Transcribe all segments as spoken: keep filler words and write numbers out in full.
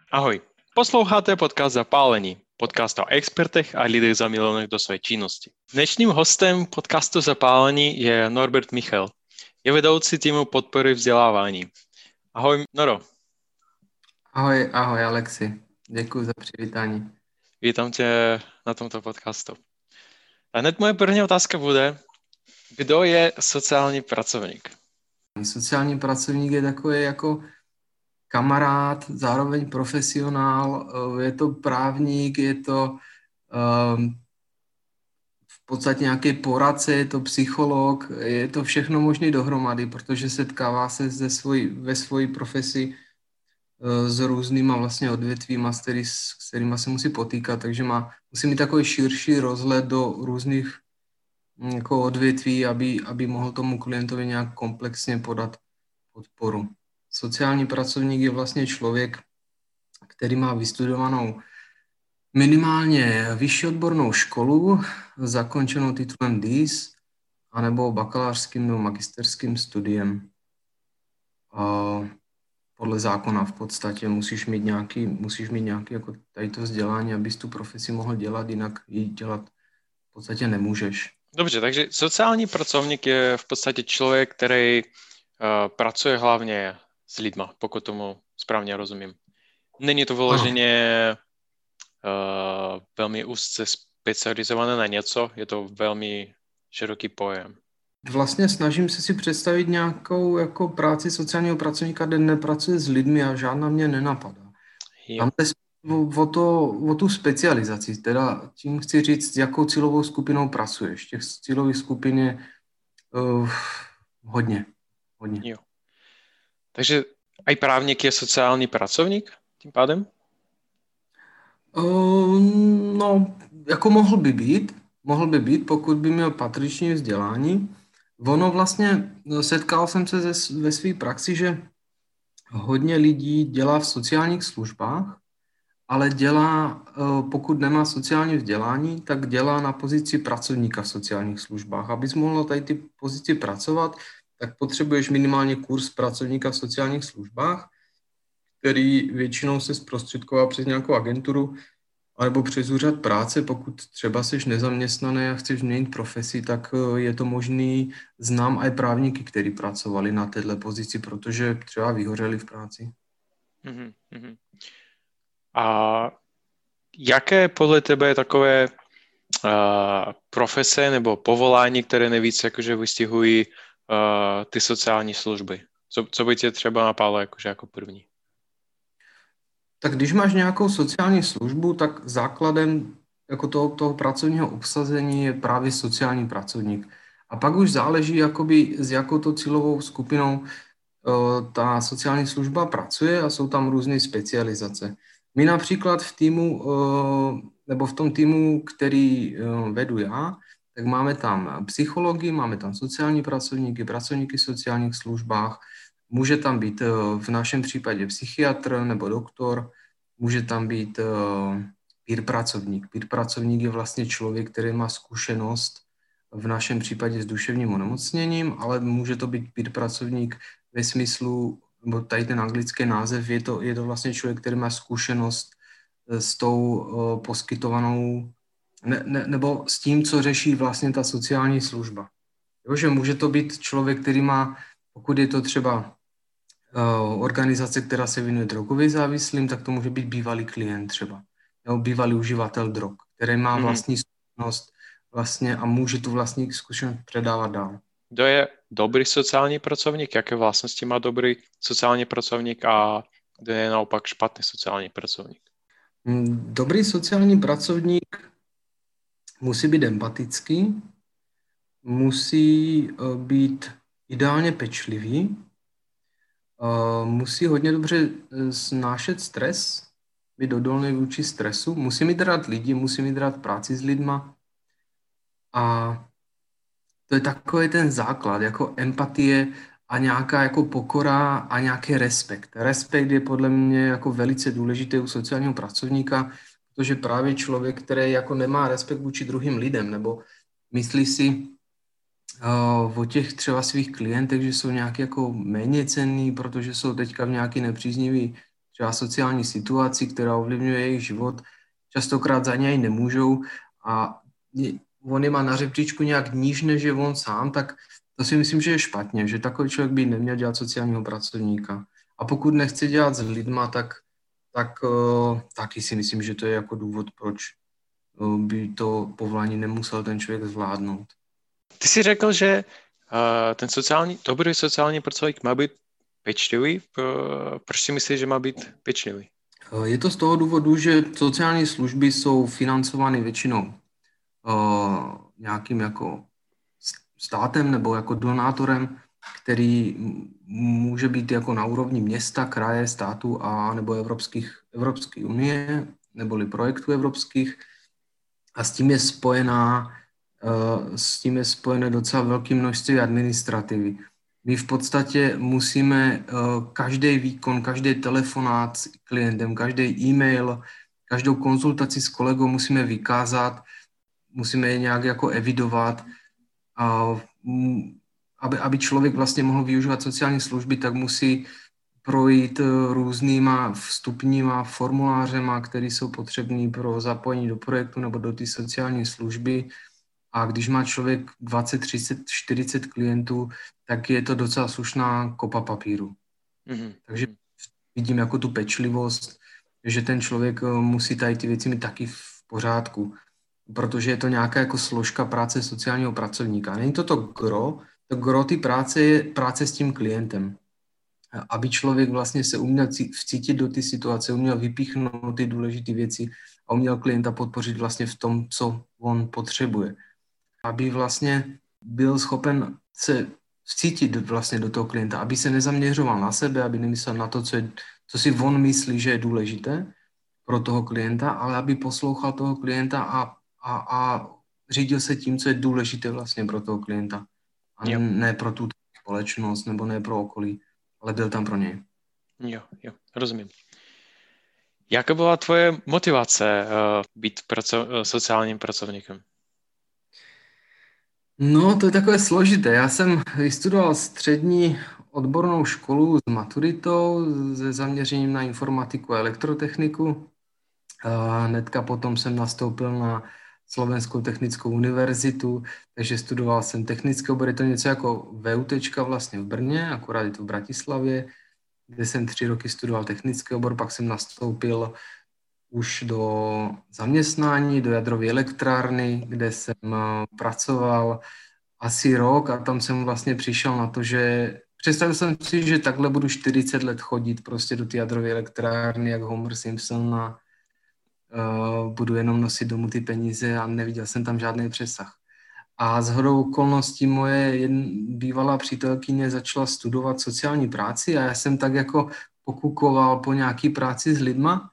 Ahoj, posloucháte podcast Zapálení, podcast o expertech a lidech zamilovaných do své činnosti. Dnešním hostem podcastu Zapálení je Norbert Michel. Je vedoucí týmu podpory vzdělávání. Ahoj, Noro. Ahoj, ahoj Alexi. Děkuji za přivítání. Vítám tě na tomto podcastu. A hned moje první otázka bude, kdo je sociální pracovník? Sociální pracovník je takový jako kamarád, zároveň profesionál, je to právník, je to um, v podstatě nějaký poradce, je to psycholog, je to všechno možné dohromady, protože setkává se ze svojí, ve své profesi uh, s různýma vlastně odvětvíma, s, který, s kterýma se musí potýkat, takže má, musí mít takový širší rozhled do různých jako odvětví, aby, aby mohl tomu klientovi nějak komplexně podat podporu. Sociální pracovník je vlastně člověk, který má vystudovanou minimálně vyšší odbornou školu, zakončenou titulem D I S, anebo bakalářským nebo magisterským studiem. A podle zákona v podstatě musíš mít nějaký, musíš mít nějaký jako tady to vzdělání, abys tu profesi mohl dělat, jinak ji dělat v podstatě nemůžeš. Dobře, takže sociální pracovník je v podstatě člověk, který uh, pracuje hlavně s lidma, pokud tomu správně rozumím. Není to vyloženě uh, velmi úzce specializované na něco, je to velmi široký pojem. Vlastně snažím se si představit nějakou jako práci sociálního pracovníka, kde nepracuje s lidmi a žádná mě nenapadá. Jo. Tam jde o, o, to, o tu specializaci, teda tím chci říct, s jakou cílovou skupinou pracuješ. Těch cílových skupin je uh, hodně. hodně. Jo. Takže aj právník je sociální pracovník tím pádem? Uh, no, jako mohl by být, mohl by být, pokud by měl patřičné vzdělání. Ono vlastně, setkal jsem se ze, ve své praxi, že hodně lidí dělá v sociálních službách, ale dělá, pokud nemá sociální vzdělání, tak dělá na pozici pracovníka v sociálních službách. Abys mohl tady ty pozici pracovat, tak potřebuješ minimálně kurz pracovníka v sociálních službách, který většinou se zprostředková přes nějakou agenturu alebo přes úřad práce. Pokud třeba jsi nezaměstnaný a chceš změnit profesi, tak je to možný. Znám aj právníky, kteří pracovali na této pozici, protože třeba vyhořeli v práci. Mm-hmm. A jaké podle tebe je takové uh, profese nebo povolání, které nejvíc jakože vystihují uh, ty sociální služby? Co, co by tě třeba napadlo jakože jako první? Tak když máš nějakou sociální službu, tak základem jako toho, toho pracovního obsazení je právě sociální pracovník. A pak už záleží, jakoby, s jakou to cílovou skupinou uh, ta sociální služba pracuje a jsou tam různé specializace. My například v týmu, uh, nebo v tom týmu, který uh, vedu já, tak máme tam psychologi, máme tam sociální pracovníky, pracovníky v sociálních službách, může tam být v našem případě psychiatr nebo doktor, může tam být peer pracovník. Peer pracovník je vlastně člověk, který má zkušenost v našem případě s duševním onemocněním, ale může to být peer pracovník ve smyslu, nebo tady ten anglický název, je to, je to vlastně člověk, který má zkušenost s tou poskytovanou, ne, ne, nebo s tím, co řeší vlastně ta sociální služba. Jo, že může to být člověk, který má, pokud je to třeba uh, organizace, která se věnuje drogově závislým, tak to může být bývalý klient třeba, nebo bývalý uživatel drog, který má vlastní zkušenost vlastně a může tu vlastní zkušenost předávat dál. Kdo je dobrý sociální pracovník? Jaké vlastnosti má dobrý sociální pracovník a kdo je naopak špatný sociální pracovník? Dobrý sociální pracovník musí být empatický, musí být ideálně pečlivý, musí hodně dobře snášet stres, být odolný vůči stresu, musí mít rád lidi, musí mít rád práci s lidma a to je takový ten základ, jako empatie a nějaká jako pokora a nějaký respekt. Respekt je podle mě jako velice důležitý u sociálního pracovníka, protože právě člověk, který jako nemá respekt vůči druhým lidem, nebo myslí si uh, o těch třeba svých klientech, že jsou nějaký jako méně cenný, protože jsou teďka v nějaký nepříznivý třeba sociální situaci, která ovlivňuje jejich život, častokrát za něj nemůžou a on je má na řebříčku nějak níž, než je on sám, tak to si myslím, že je špatně, že takový člověk by neměl dělat sociálního pracovníka. A pokud nechce dělat s lidma, tak, tak uh, taky si myslím, že to je jako důvod, proč uh, by to povolání nemusel ten člověk zvládnout. Ty jsi řekl, že uh, ten sociální, dobrý sociální pracovník má být pečlivý. Uh, proč si myslíš, že má být pečlivý? Je to z toho důvodu, že sociální služby jsou financovány většinou uh, nějakým jako státem nebo jako donátorem, který může být jako na úrovni města, kraje, státu a nebo Evropských, Evropské unie, neboli projektů evropských. A s tím je spojená, uh, s tím je spojené docela velké množství administrativy. My v podstatě musíme uh, každý výkon, každý telefonát s klientem, každý e-mail, každou konzultaci s kolegou musíme vykázat, musíme je nějak jako evidovat. A aby, aby člověk vlastně mohl využívat sociální služby, tak musí projít různýma vstupníma formulářema, které jsou potřebné pro zapojení do projektu nebo do té sociální služby. A když má člověk dvacet, třicet, čtyřicet klientů, tak je to docela slušná kopa papíru. Mm-hmm. Takže vidím jako tu pečlivost, že ten člověk musí tady ty věci mít taky v pořádku, protože je to nějaká jako složka práce sociálního pracovníka. Není to to gro, to gro ty práce je práce s tím klientem. Aby člověk vlastně se uměl vcítit do ty situace, uměl vypíchnout ty důležité věci a uměl klienta podpořit vlastně v tom, co on potřebuje. Aby vlastně byl schopen se vcítit vlastně do toho klienta, aby se nezaměřoval na sebe, aby nemyslel na to, co, je, co si on myslí, že je důležité pro toho klienta, ale aby poslouchal toho klienta a, a, a řídil se tím, co je důležité vlastně pro toho klienta. A jo. Ne pro tu společnost nebo ne pro okolí, ale byl tam pro něj. Jo, jo, rozumím. Jaká byla tvoje motivace uh, být praco- uh, sociálním pracovníkem? No, to je takové složité. Já jsem vystudoval střední odbornou školu s maturitou, se zaměřením na informatiku a elektrotechniku. A hnedka potom jsem nastoupil na Slovenskou technickou univerzitu, takže studoval jsem technické obory, to něco jako VUTčka vlastně v Brně, akorát je to v Bratislavě, kde jsem tři roky studoval technický obor, pak jsem nastoupil už do zaměstnání, do jadrové elektrárny, kde jsem pracoval asi rok a tam jsem vlastně přišel na to, že představil jsem si, že takhle budu čtyřicet let chodit prostě do té jadrové elektrárny, jak Homer Simpson a uh, budu jenom nosit domů ty peníze a neviděl jsem tam žádný přesah. A shodou okolností moje jen bývalá přítelkyně začala studovat sociální práci a já jsem tak jako pokukoval po nějaký práci s lidma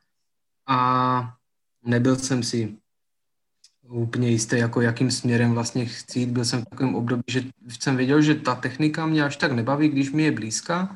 a nebyl jsem si úplně jistý, jako jakým směrem vlastně chci jít. Byl jsem v takovém období, že jsem věděl, že ta technika mě až tak nebaví, když mi je blízká,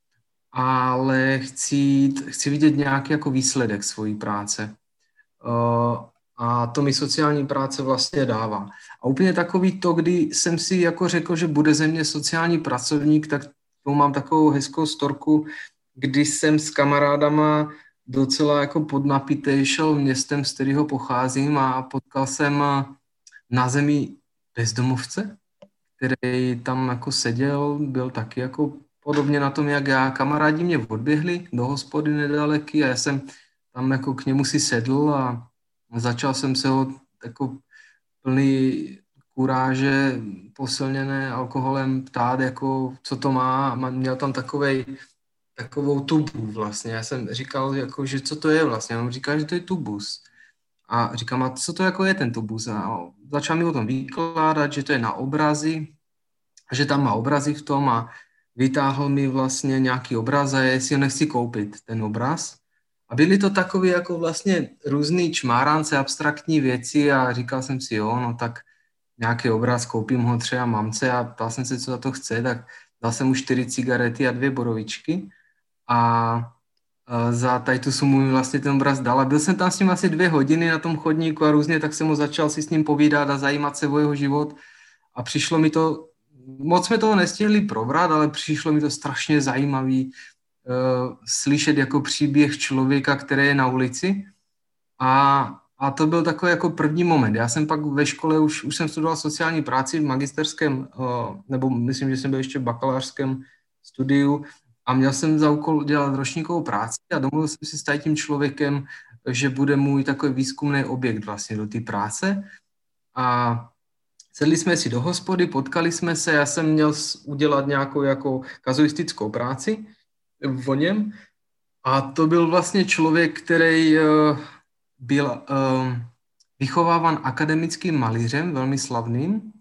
ale chci, jít, chci vidět nějaký jako výsledek svojí práce. Uh, a to mi sociální práce vlastně dává. A úplně takový to, kdy jsem si jako řekl, že bude ze mě sociální pracovník, tak to mám takovou hezkou storku, kdy jsem s kamarádama docela jako podnapitej šel městem, z kterého pocházím a potkal jsem na zemi bezdomovce, který tam jako seděl, byl taky jako podobně na tom, jak já. Kamarádi mě odběhli do hospody nedaleky a já jsem tam jako k němu si sedl a začal jsem se ho jako plný kuráže, posilněné alkoholem ptát, jako co to má. Měl tam takovej takovou tubu vlastně. Já jsem říkal, jako, že co to je vlastně. On říkal, že to je tubus. A říkám, a co to jako je ten tubus? A začal mi o tom vykládat, že to je na obrazy, že tam má obrazy v tom a vytáhl mi vlastně nějaký obraz a jestli ho nechci koupit, ten obraz. A byly to takové jako vlastně různý čmárance, abstraktní věci a říkal jsem si, jo, no tak nějaký obraz, koupím ho třeba mamce a ptal jsem se, co za to chce, tak dal jsem mu čtyři cigarety a dvě borovičky. A za tady tu sumu mi vlastně ten obraz dal. A byl jsem tam s ním asi dvě hodiny na tom chodníku a různě, tak jsem mu začal si s ním povídat a zajímat se o jeho život. A přišlo mi to, moc jsme toho nestihli probrat, ale přišlo mi to strašně zajímavý, slyšet jako příběh člověka, který je na ulici. A, a to byl takový jako první moment. Já jsem pak ve škole, už, už jsem studoval sociální práci v magisterském, nebo myslím, že jsem byl ještě v bakalářském studiu a měl jsem za úkol dělat ročníkovou práci a domluvil jsem si s tím člověkem, že bude můj takový výzkumný objekt vlastně do té práce. A sedli jsme si do hospody, potkali jsme se, já jsem měl udělat nějakou jako kazuistickou práci o něm a to byl vlastně člověk, který byl vychováván akademickým malířem, velmi slavným,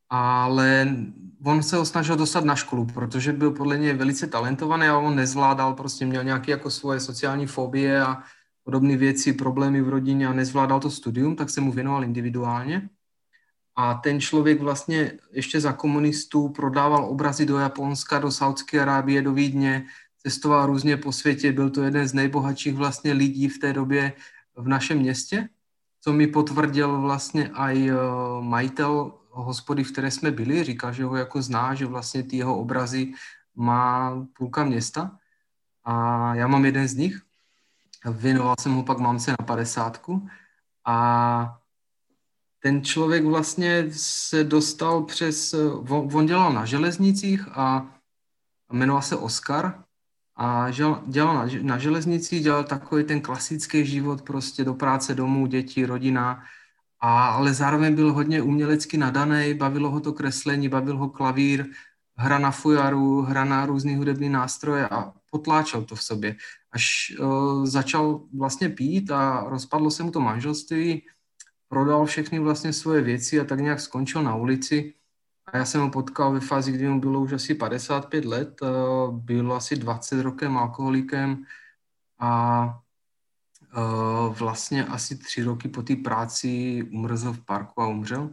ale on se ho snažil dostat na školu, protože byl podle něj velice talentovaný a on nezvládal, prostě měl nějaké jako svoje sociální fobie a podobné věci, problémy v rodině a nezvládal to studium, tak se mu věnoval individuálně. A ten člověk vlastně ještě za komunistů prodával obrazy do Japonska, do Saúdské Arábie, do Vídně, cestoval různě po světě, byl to jeden z nejbohatších vlastně lidí v té době v našem městě, co mi potvrdil vlastně i majitel hospody, v které jsme byli, říkal, že ho jako zná, že vlastně ty jeho obrazy má půlka města a já mám jeden z nich. Věnoval jsem ho pak mamce na padesátku a ten člověk vlastně se dostal přes, on, on dělal na železnicích a jmenoval se Oskar a dělal na, na železnicích, dělal takový ten klasický život, prostě do práce, domů, děti, rodina, a, ale zároveň byl hodně umělecky nadaný, bavilo ho to kreslení, bavil ho klavír, hra na fujaru, hra na různý hudební nástroje a potláčel to v sobě. Až uh, začal vlastně pít a rozpadlo se mu to manželství, prodal všechny vlastně svoje věci a tak nějak skončil na ulici. A já jsem ho potkal ve fázi, kdy mu bylo už asi padesát pět let, byl asi dvacet rokem alkoholikem a vlastně asi tři roky po té práci umrzl v parku a umřel.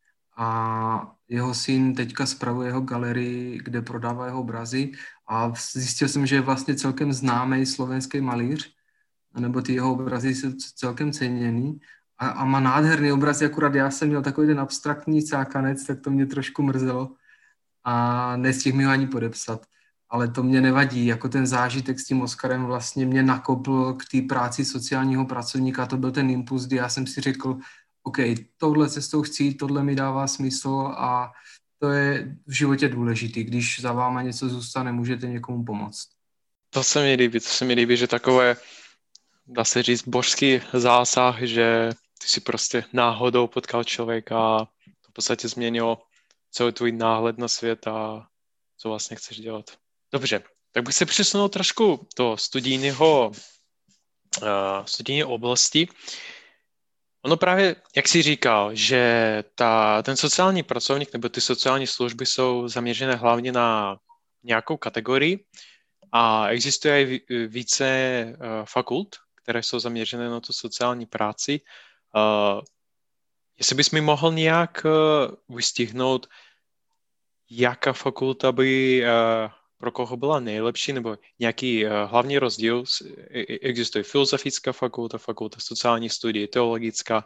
A jeho syn teďka spravuje jeho galerii, kde prodává jeho obrazy a zjistil jsem, že je vlastně celkem známý slovenský malíř, nebo ty jeho obrazy jsou celkem ceněný. A, a má nádherný obraz, akurát já jsem měl takový ten abstraktní cákanec, tak to mě trošku mrzelo a nestihl mi ho ani podepsat. Ale to mě nevadí, jako ten zážitek s tím Oskarem vlastně mě nakopl k té práci sociálního pracovníka, to byl ten impuls, kdy já jsem si řekl, OK, touhle cestou chci jít, tohle mi dává smysl a to je v životě důležitý, když za váma něco zůstane, můžete někomu pomoct. To se mi líbí, to se mi líbí, že takové, dá se říct, božský zásah, že ty si prostě náhodou potkal člověka a to v podstatě změnilo celý tvůj náhled na svět a co vlastně chceš dělat. Dobře, tak bych se přesunul trošku do studijného, uh, studijní oblasti. Ono právě, jak jsi říkal, že ta, ten sociální pracovník nebo ty sociální služby jsou zaměřené hlavně na nějakou kategorii a existuje i více uh, fakult, které jsou zaměřené na tu sociální práci. Uh, jestli bys mi mohl nějak uh, vystihnout, jaká fakulta by uh, pro koho byla nejlepší, nebo nějaký uh, hlavní rozdíl? Existuje filozofická fakulta, fakulta sociálních studií, teologická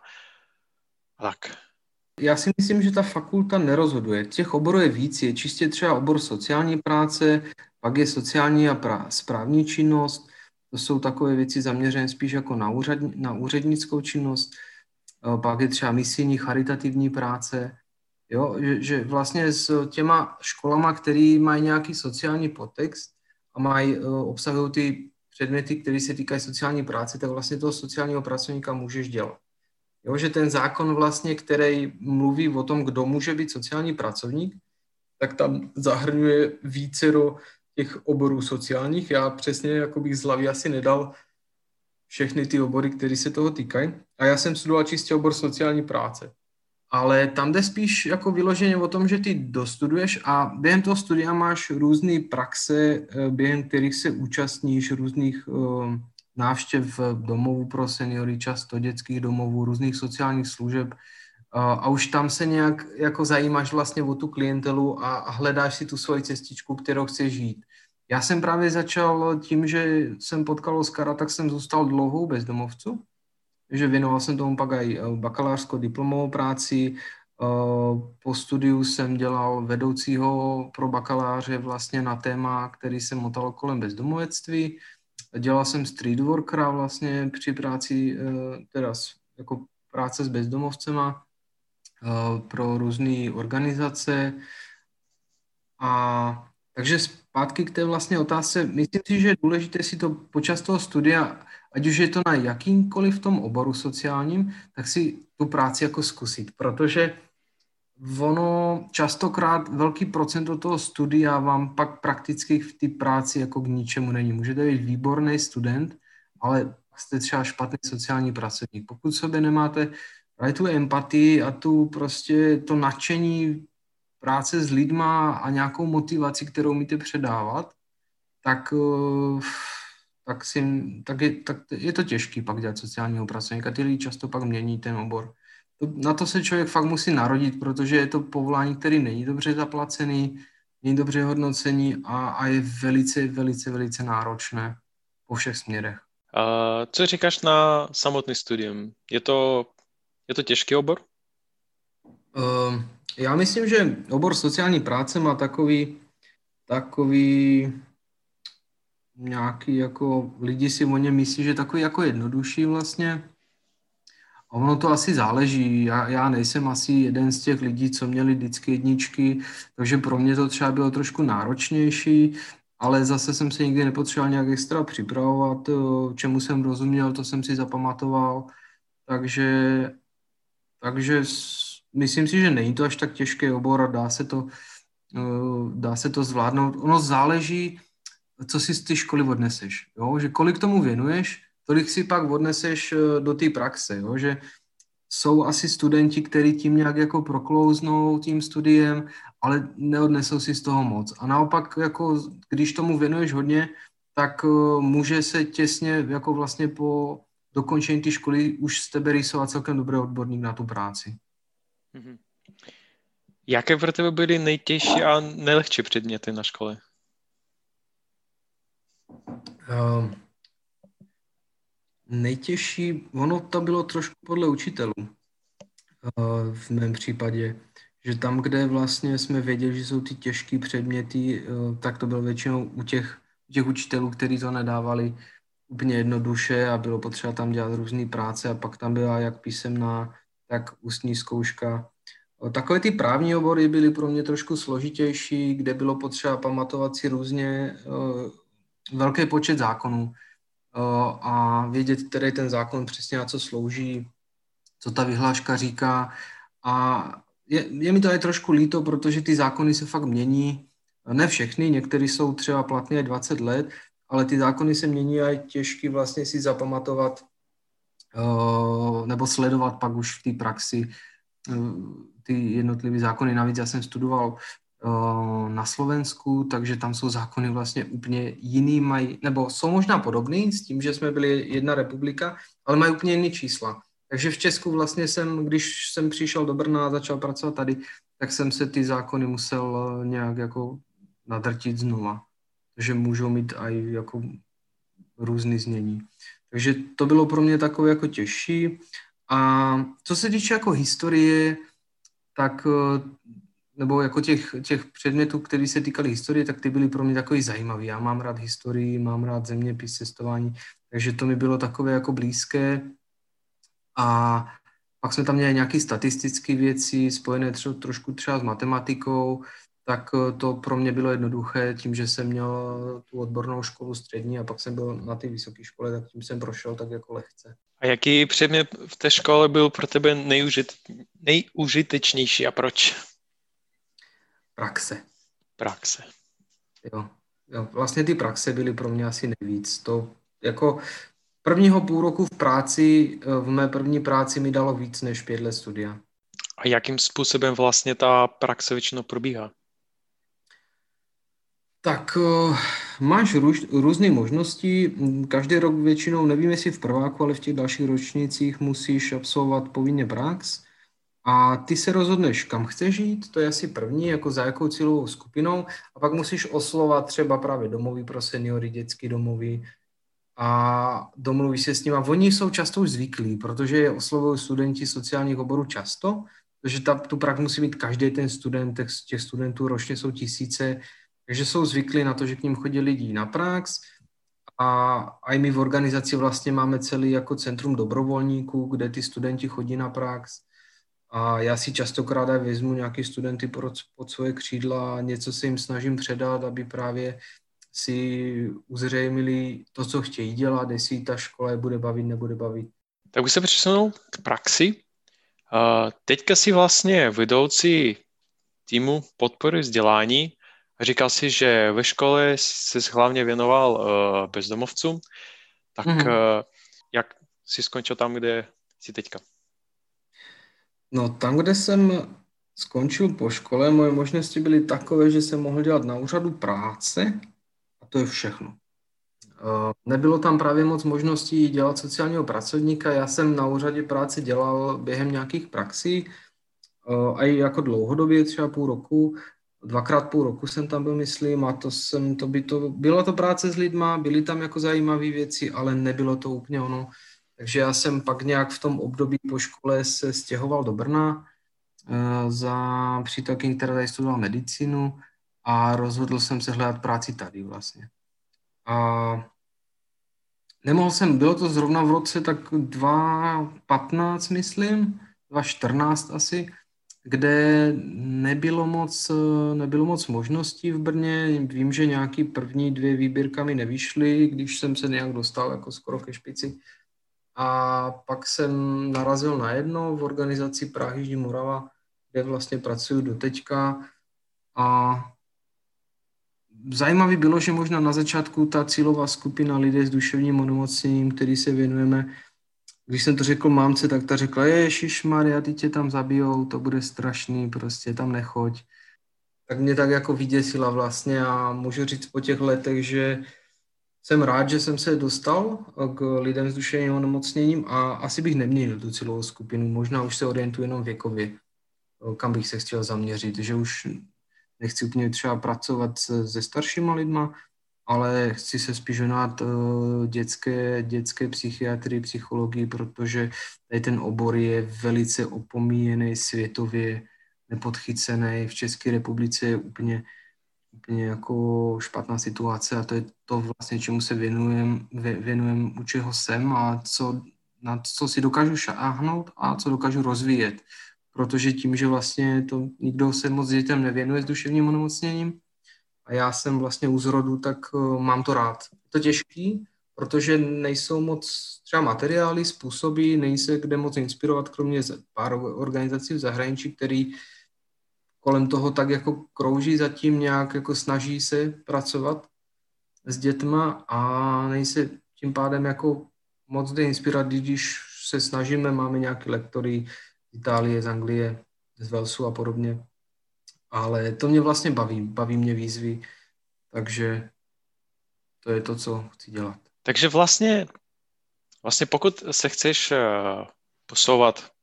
a tak. Já si myslím, že ta fakulta nerozhoduje. Těch oborů je víc, je čistě třeba obor sociální práce, pak je sociální a pra- správní činnost, to jsou takové věci zaměřené spíš jako na, úřad, na úřednickou činnost, pak je třeba misijní, charitativní práce, jo? Že, že vlastně s těma školama, které mají nějaký sociální podtext a mají, obsahují ty předměty, které se týkají sociální práce, tak vlastně toho sociálního pracovníka můžeš dělat. Jo? Že ten zákon vlastně, který mluví o tom, kdo může být sociální pracovník, tak tam zahrnuje vícero těch oborů sociálních. Já přesně jako bych z hlavy asi nedal všechny ty obory, které se toho týkají. A já jsem studoval čistě obor sociální práce. Ale tam jde spíš jako vyloženě o tom, že ty dostuduješ a během toho studia máš různé praxe, během kterých se účastníš různých uh, návštěv domovů pro seniory, často dětských domovů, různých sociálních služeb uh, a už tam se nějak jako zajímáš vlastně o tu klientelu a, a hledáš si tu svoji cestičku, kterou chceš žít. Já jsem právě začal tím, že jsem potkal Oskara, tak jsem zůstal dlouhou bezdomovců, že věnoval jsem tomu pak i bakalářskou diplomovou práci, Po studiu jsem dělal vedoucího pro bakaláře vlastně na téma, který se motal kolem bezdomovectví. Dělal jsem street workera vlastně při práci, teda jako práce s bezdomovcema pro různé organizace. A takže zpátky k té vlastně otázce, myslím si, že je důležité si to počas toho studia, ať už je to na jakýmkoliv v tom oboru sociálním, tak si tu práci jako zkusit, protože ono častokrát velký procento toho studia vám pak prakticky v té práci jako k ničemu není. Můžete být výborný student, ale jste třeba špatný sociální pracovník. Pokud sobě nemáte právě tu empatii a tu prostě to nadšení práce s lidma a nějakou motivaci, kterou umíte předávat, tak, tak, si, tak, je, tak je to těžký pak dělat sociálního pracovníka. Ty lidi často pak mění ten obor. Na to se člověk fakt musí narodit, protože je to povolání, který není dobře zaplacený, není dobře hodnocení a, a je velice, velice, velice náročné po všech směrech. A co říkáš na samotný studium? Je to, je to těžký obor? Uh, já myslím, že obor sociální práce má takový, takový nějaký, jako lidi si o něm myslí, že takový jako jednodušší vlastně. A ono to asi záleží. Já, já nejsem asi jeden z těch lidí, co měli vždycky jedničky, takže pro mě to třeba bylo trošku náročnější, ale zase jsem se nikdy nepotřeboval nějak extra připravovat, čemu jsem rozuměl, to jsem si zapamatoval, takže, takže myslím si, že není to až tak těžký obor a dá se to, dá se to zvládnout. Ono záleží, co si z té školy odneseš, jo? Že kolik tomu věnuješ, tolik si pak odneseš do té praxe, jo? Že jsou asi studenti, kteří tím nějak jako proklouznou tím studiem, ale neodnesou si z toho moc. A naopak, jako, když tomu věnuješ hodně, tak může se těsně jako vlastně po dokončení té školy už z tebe rýsovat celkem dobrý odborník na tu práci. Mm-hmm. Jaké pro tebe byly nejtěžší a nejlehčí předměty na škole? Uh, nejtěžší, ono to bylo trošku podle učitelů uh, v mém případě, že tam, kde vlastně jsme věděli, že jsou ty těžké předměty, uh, tak to bylo většinou u těch, u těch učitelů, kteří to nedávali úplně jednoduše a bylo potřeba tam dělat různé práce a pak tam byla jak písemná, tak ústní zkouška. Uh, takové ty právní obory byly pro mě trošku složitější, kde bylo potřeba pamatovat si různě uh, velký počet zákonů a vědět, který ten zákon přesně na co slouží, co ta vyhláška říká. A je, je mi to aj trošku líto, protože ty zákony se fakt mění. Ne všechny, některé jsou třeba platné aj dvacet let, ale ty zákony se mění a je těžké vlastně si zapamatovat nebo sledovat pak už v té praxi ty jednotlivé zákony. Navíc já jsem studoval na Slovensku, takže tam jsou zákony vlastně úplně jiný, mají, nebo jsou možná podobný s tím, že jsme byli jedna republika, ale mají úplně jiný čísla. Takže v Česku vlastně jsem, když jsem přišel do Brna a začal pracovat tady, tak jsem se ty zákony musel nějak jako nadrtit znova. Takže můžou mít aj jako různý znění. Takže to bylo pro mě takové jako těžší. A co se týče jako historie, tak nebo jako těch, těch předmětů, které se týkaly historie, tak ty byly pro mě takový zajímavý. Já mám rád historii, mám rád zeměpis, cestování, takže to mi bylo takové jako blízké. A pak jsme tam měli nějaké statistické věci spojené tro, trošku třeba s matematikou, tak to pro mě bylo jednoduché tím, že jsem měl tu odbornou školu střední a pak jsem byl na té vysoké škole, tak tím jsem prošel tak jako lehce. A jaký předmět v té škole byl pro tebe nejužit, nejužitečnější a proč? Praxe. Praxe. Jo. jo. Vlastně ty praxe byly pro mě asi nejvíc. To jako prvního půl roku v práci, v mé první práci mi dalo víc než pět let studia. A jakým způsobem vlastně ta praxe většinou probíhá? Tak uh, máš růž, různé možnosti. Každý rok většinou, nevím jestli v prváku, ale v těch dalších ročnících musíš absolvovat povinně prax. A ty se rozhodneš, kam chceš jít, to je asi první, jako za jakou cílovou skupinou, a pak musíš oslovat třeba právě domovy pro seniory, dětské domovy a domluvíš se s nimi. Oni jsou často už zvyklí, protože je oslovují studenti sociálních oborů často, protože ta, tu prax musí mít každý ten student, těch, těch studentů ročně jsou tisíce, takže jsou zvyklí na to, že k ním chodí lidi na prax a i my v organizaci vlastně máme celý jako centrum dobrovolníků, kde ty studenti chodí na prax a já si častokrát aj vezmu nějaký studenty pod, pod svoje křídla a něco se jim snažím předat, aby právě si uzřejmili to, co chtějí dělat, jestli ta škola je bude bavit, nebude bavit. Tak bych se přesunul k praxi. Uh, teďka si vlastně vedoucí týmu podpory vzdělání. Říkal si, že ve škole se hlavně věnoval uh, bezdomovcům. Tak mm-hmm. uh, jak jsi skončil tam, kde jsi teďka? No tam, kde jsem skončil po škole, moje možnosti byly takové, že jsem mohl dělat na úřadu práce a to je všechno. Nebylo tam právě moc možností dělat sociálního pracovníka. Já jsem na úřadě práce dělal během nějakých praxí, a i jako dlouhodobě, třeba půl roku, dvakrát půl roku jsem tam byl, myslím, a to jsem, to by to, byla to práce s lidma, byly tam jako zajímavé věci, ale nebylo to úplně ono. Takže já jsem pak nějak v tom období po škole se stěhoval do Brna za přítelkyní, která tady studovala medicínu a rozhodl jsem se hledat práci tady vlastně. A nemohl jsem, bylo to zrovna v roce tak dva tisíce patnáct, myslím, dva tisíce čtrnáct asi, kde nebylo moc, nebylo moc možností v Brně. Vím, že nějaký první dvě výběrka mi nevyšly, když jsem se nějak dostal jako skoro ke špici. A pak jsem narazil na jedno v organizaci Praha Jižní Morava, kde vlastně pracuju do teďka. A zajímavé bylo, že možná na začátku ta cílová skupina lidé s duševním onemocněním, který se věnujeme, když jsem to řekl mámce, tak ta řekla, ježišmarja, ty tě tam zabijou, to bude strašný, prostě tam nechoď. Tak mě tak jako vyděsila vlastně a můžu říct po těch letech, že jsem rád, že jsem se dostal k lidem s duševním onemocněním a asi bych neměnil tu cílovou skupinu. Možná už se orientuji jenom věkově, kam bych se chtěl zaměřit, že už nechci úplně třeba pracovat se staršíma lidma, ale chci se spíš věnovat dětské, dětské psychiatrii, psychologii, protože tady ten obor je velice opomíjený světově, nepodchycený. V České republice je úplně, úplně jako špatná situace a to je to vlastně, čemu se věnujem, věnujem, u čeho jsem a co, na co si dokážu šáhnout a co dokážu rozvíjet. Protože tím, že vlastně to nikdo se moc dětem nevěnuje s duševním onemocněním a já jsem vlastně u zrodu, tak uh, mám to rád. Je to těžký, protože nejsou moc třeba materiály, způsoby, není se kde moc inspirovat, kromě pár organizací v zahraničí, který kolem toho tak jako krouží zatím nějak, jako snaží se pracovat s dětma a není se tím pádem jako moc jde inspirovat, když se snažíme, máme nějaké lektory z Itálie, z Anglie, z Walesu a podobně. Ale to mě vlastně baví, baví mě výzvy, takže to je to, co chci dělat. Takže vlastně, vlastně pokud se chceš posouvat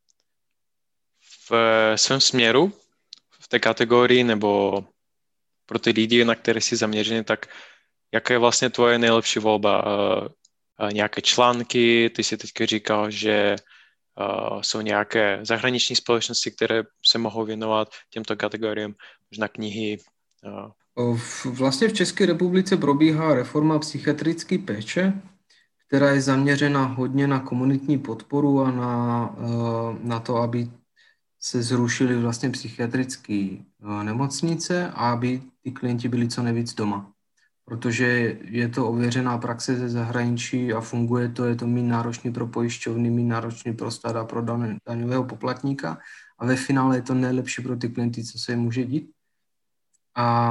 v svém směru, v té kategorii nebo pro ty lidi, na které jsi zaměřený, tak jaká je vlastně tvoje nejlepší volba? Nějaké články, ty jsi teďka říkal, že Uh, jsou nějaké zahraniční společnosti, které se mohou věnovat těmto kategoriím, možná knihy. Uh. Vlastně v České republice probíhá reforma psychiatrické péče, která je zaměřena hodně na komunitní podporu a na, uh, na to, aby se zrušily vlastně psychiatrické uh, nemocnice a aby ty klienti byli co nejvíc doma. Protože je to ověřená praxe ze zahraničí a funguje to, je to méně náročný pro pojišťovny, méně náročný pro stát a pro daňového poplatníka a ve finále je to nejlepší pro ty klienty, co se jim může dít. A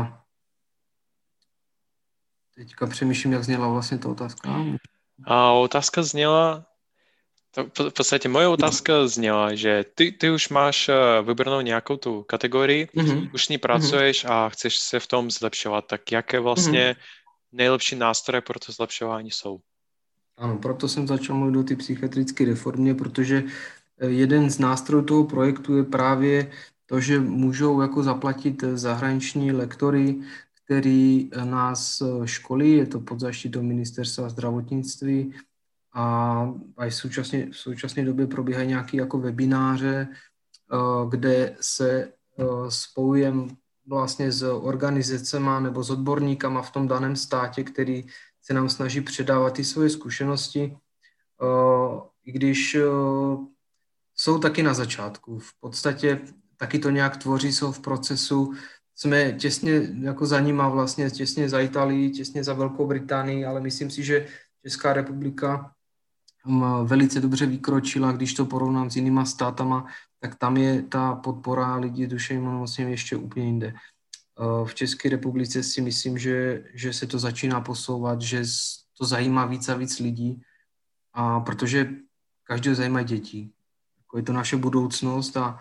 teďka přemýšlím, jak zněla vlastně ta otázka. A otázka zněla, to v podstatě moje otázka zněla, že ty, ty už máš vybranou nějakou tu kategorii, mm-hmm. už s ní pracuješ mm-hmm. a chceš se v tom zlepšovat, tak jaké vlastně mm-hmm. nejlepší nástroje pro to zlepšování jsou? Ano, proto jsem začal mluvit o té psychiatrické reformě, protože jeden z nástrojů toho projektu je právě to, že můžou jako zaplatit zahraniční lektory, který nás školí, je to pod zaštitou ministerstva zdravotnictví, a v současné, v současné době probíhají nějaké jako webináře kde se spojujeme vlastně s organizacema nebo s odborníkama v tom daném státě, který se nám snaží předávat ty svoje zkušenosti, i když jsou taky na začátku. V podstatě taky to nějak tvoří, jsou v procesu. Jsme těsně jako za nima vlastně, těsně za Itálií, těsně za Velkou Británii, ale myslím si, že Česká republika velice dobře vykročila, když to porovnám s jinýma státama, tak tam je ta podpora lidí s duševním onemocněním ještě úplně jinde. V České republice si myslím, že, že se to začíná posouvat, že to zajímá víc a víc lidí, a protože každého zajímá děti. Je to naše budoucnost a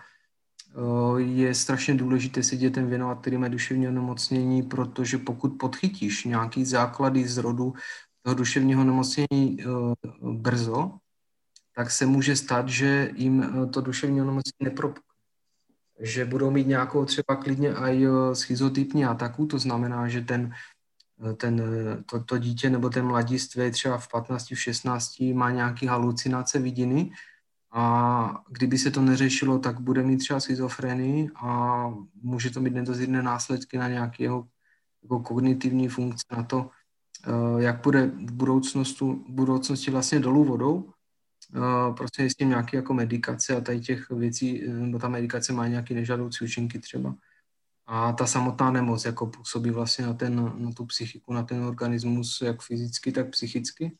je strašně důležité se dětem věnovat, který mají duševní onemocnění, protože pokud podchytíš nějaký základy z rodu toho duševního onemocnění brzo, tak se může stát, že jim to duševní onemocnění nepropukne. Že budou mít nějakou třeba klidně aj schizotypní ataku, to znamená, že ten, ten, to, to dítě nebo ten mladistvé třeba v patnácti, v šestnácti má nějaké halucinace, vidiny, a kdyby se to neřešilo, tak bude mít třeba schizofrenii a může to mít nedozírné následky na nějaké jeho jako kognitivní funkce, na to, jak bude v budoucnosti, budoucnosti vlastně dolů vodou. Prostě je s tím nějaké jako medikace a tady těch věcí, nebo ta medikace má nějaké nežádoucí účinky třeba. A ta samotná nemoc jako působí vlastně na, ten, na tu psychiku, na ten organismus, jak fyzicky, tak psychicky.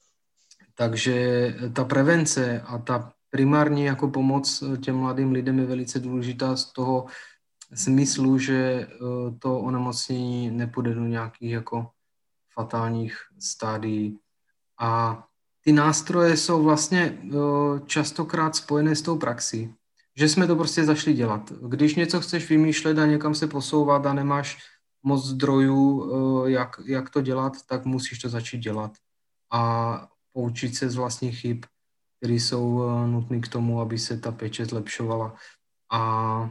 Takže ta prevence a ta primární jako pomoc těm mladým lidem je velice důležitá z toho smyslu, že to onemocnění nepůjde do nějakých jako fatálních stádií. A ty nástroje jsou vlastně častokrát spojené s tou praxí, že jsme to prostě zašli dělat. Když něco chceš vymýšlet a někam se posouvat a nemáš moc zdrojů, jak, jak to dělat, tak musíš to začít dělat. A poučit se z vlastních chyb, které jsou nutné k tomu, aby se ta péče zlepšovala. A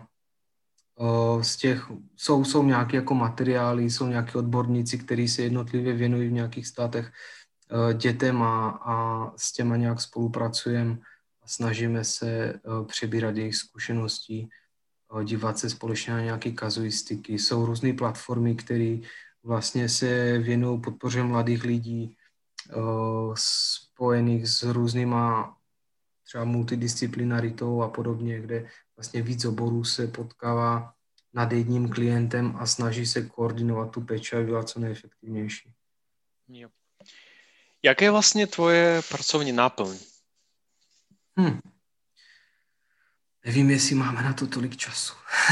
z těch jsou, jsou nějaké jako materiály, jsou nějaké odborníci, kteří se jednotlivě věnují v nějakých státech dětem a, a s těma nějak spolupracujeme a snažíme se přebírat jejich zkušenosti, dívat se společně na nějaké kazuistiky. Jsou různé platformy, které vlastně se věnují podpoře mladých lidí, spojených s různýma třeba multidisciplinaritou a podobně, kde vlastně víc oborů se potkává nad jedním klientem a snaží se koordinovat tu péči, aby byla co nejefektivnější. Jo. Jaké je vlastně tvoje pracovní náplň? Hm. Nevím, jestli máme na to tolik času.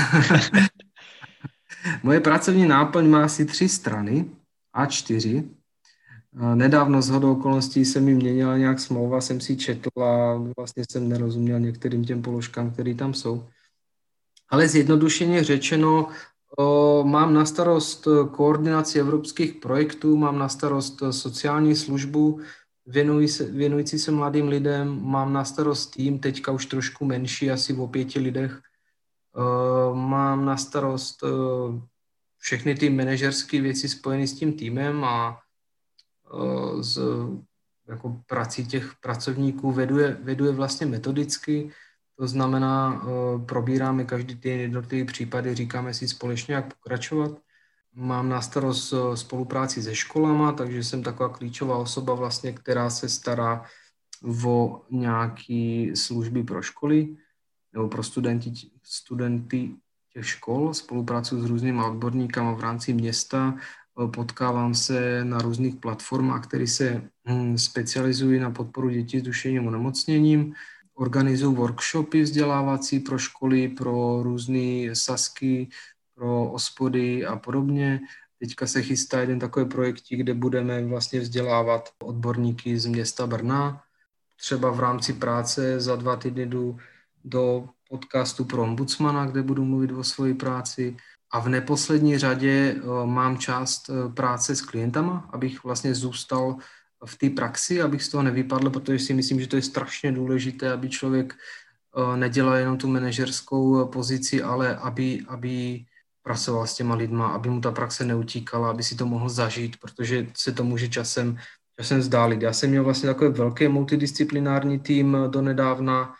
Moje pracovní náplň má asi tři strany, á čtyři. Nedávno shodou okolností se mi měnila nějak smlouva, jsem si četl a vlastně jsem nerozuměl některým těm položkám, které tam jsou. Ale zjednodušeně řečeno, o, mám na starost koordinaci evropských projektů, mám na starost sociální službu, věnuji se, věnující se mladým lidem, mám na starost tým, teďka už trošku menší, asi o pěti lidech. O, mám na starost o, všechny ty manažerské věci spojené s tím týmem a z jako prací těch pracovníků veduje, veduje vlastně metodicky, to znamená, probíráme každý ty jednotlivé případy, říkáme si společně, jak pokračovat. Mám na starost spolupráci se školama, takže jsem taková klíčová osoba vlastně, která se stará o nějaké služby pro školy nebo pro studenty, studenty těch škol, spolupracuji s různými odborníkama v rámci města, potkávám se na různých platformách, které se specializují na podporu dětí s duševním onemocněním, organizují workshopy vzdělávací pro školy, pro různé sasky, pro ospody a podobně. Teďka se chystá jeden takový projektík, kde budeme vlastně vzdělávat odborníky z města Brna. Třeba v rámci práce za dva týdny jdu do podcastu pro ombudsmana, kde budu mluvit o své práci. A v neposlední řadě mám část práce s klientama, abych vlastně zůstal v té praxi, abych z toho nevypadl, protože si myslím, že to je strašně důležité, aby člověk nedělal jenom tu manažerskou pozici, ale aby, aby pracoval s těma lidma, aby mu ta praxe neutíkala, aby si to mohl zažít, protože se to může časem, časem vzdálit. Já jsem měl vlastně takový velký multidisciplinární tým donedávna,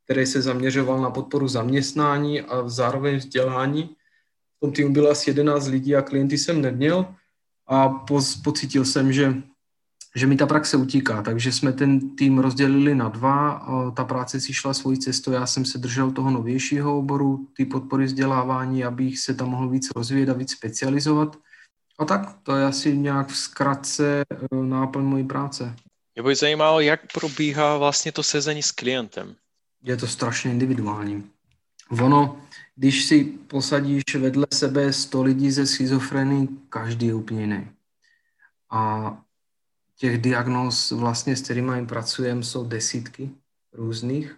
který se zaměřoval na podporu zaměstnání a zároveň vzdělání. V tom týmu bylo asi jedenáct lidí a klienty jsem neměl a pocítil jsem, že, že mi ta praxe utíká, takže jsme ten tým rozdělili na dva, ta práce si šla svojí cestou, já jsem se držel toho novějšího oboru, ty podpory vzdělávání, abych se tam mohl víc rozvíjet a víc specializovat. A tak, to je asi nějak v zkratce náplň mojí práce. Mě by zajímalo, jak probíhá vlastně to sezení s klientem. Je to strašně individuální. Ono, když si posadíš vedle sebe sto lidí ze schizofrenií, každý je úplně jiný. A těch diagnóz, vlastně, s kterými jim pracujeme, jsou desítky různých.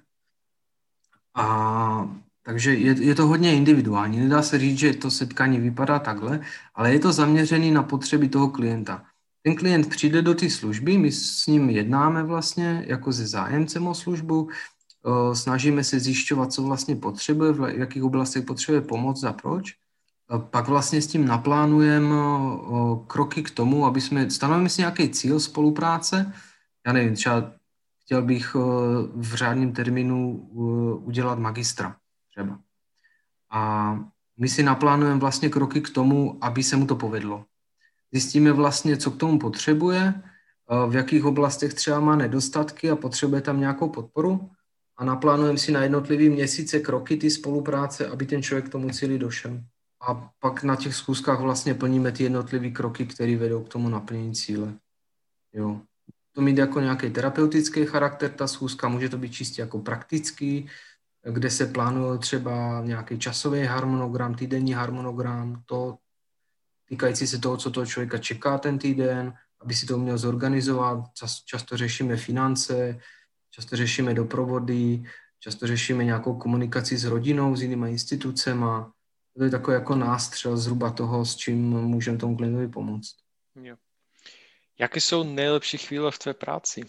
A takže je, je to hodně individuální. Nedá se říct, že to setkání vypadá takhle, ale je to zaměřený na potřeby toho klienta. Ten klient přijde do té služby, my s ním jednáme vlastně jako se zájemcem o službu, snažíme se zjišťovat, co vlastně potřebuje, v jakých oblastech potřebuje pomoc a proč. Pak vlastně s tím naplánujeme kroky k tomu, aby jsme stanovili si nějaký cíl spolupráce. Já nevím, třeba chtěl bych v řádném termínu udělat magistra třeba. A my si naplánujeme vlastně kroky k tomu, aby se mu to povedlo. Zjistíme vlastně, co k tomu potřebuje, v jakých oblastech třeba má nedostatky a potřebuje tam nějakou podporu a naplánujeme si na jednotlivý měsíce kroky ty spolupráce, aby ten člověk k tomu cíli došel. A pak na těch schůzkách vlastně plníme ty jednotlivé kroky, které vedou k tomu naplnění cíle. Jo. To mít jako nějaký terapeutický charakter, ta schůzka, může to být čistě jako praktický, kde se plánuje třeba nějaký časový harmonogram, týdenní harmonogram, to týkající se toho, co toho člověka čeká ten týden, aby si to uměl zorganizovat. Často řešíme finance, často řešíme doprovody, často řešíme nějakou komunikaci s rodinou, s jinými institucemi. To je takový jako nástřel zhruba toho, s čím můžeme tomu klientovi pomoct. Jo. Jaké jsou nejlepší chvíle v tvé práci?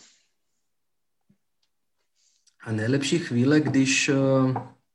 A nejlepší chvíle, když uh,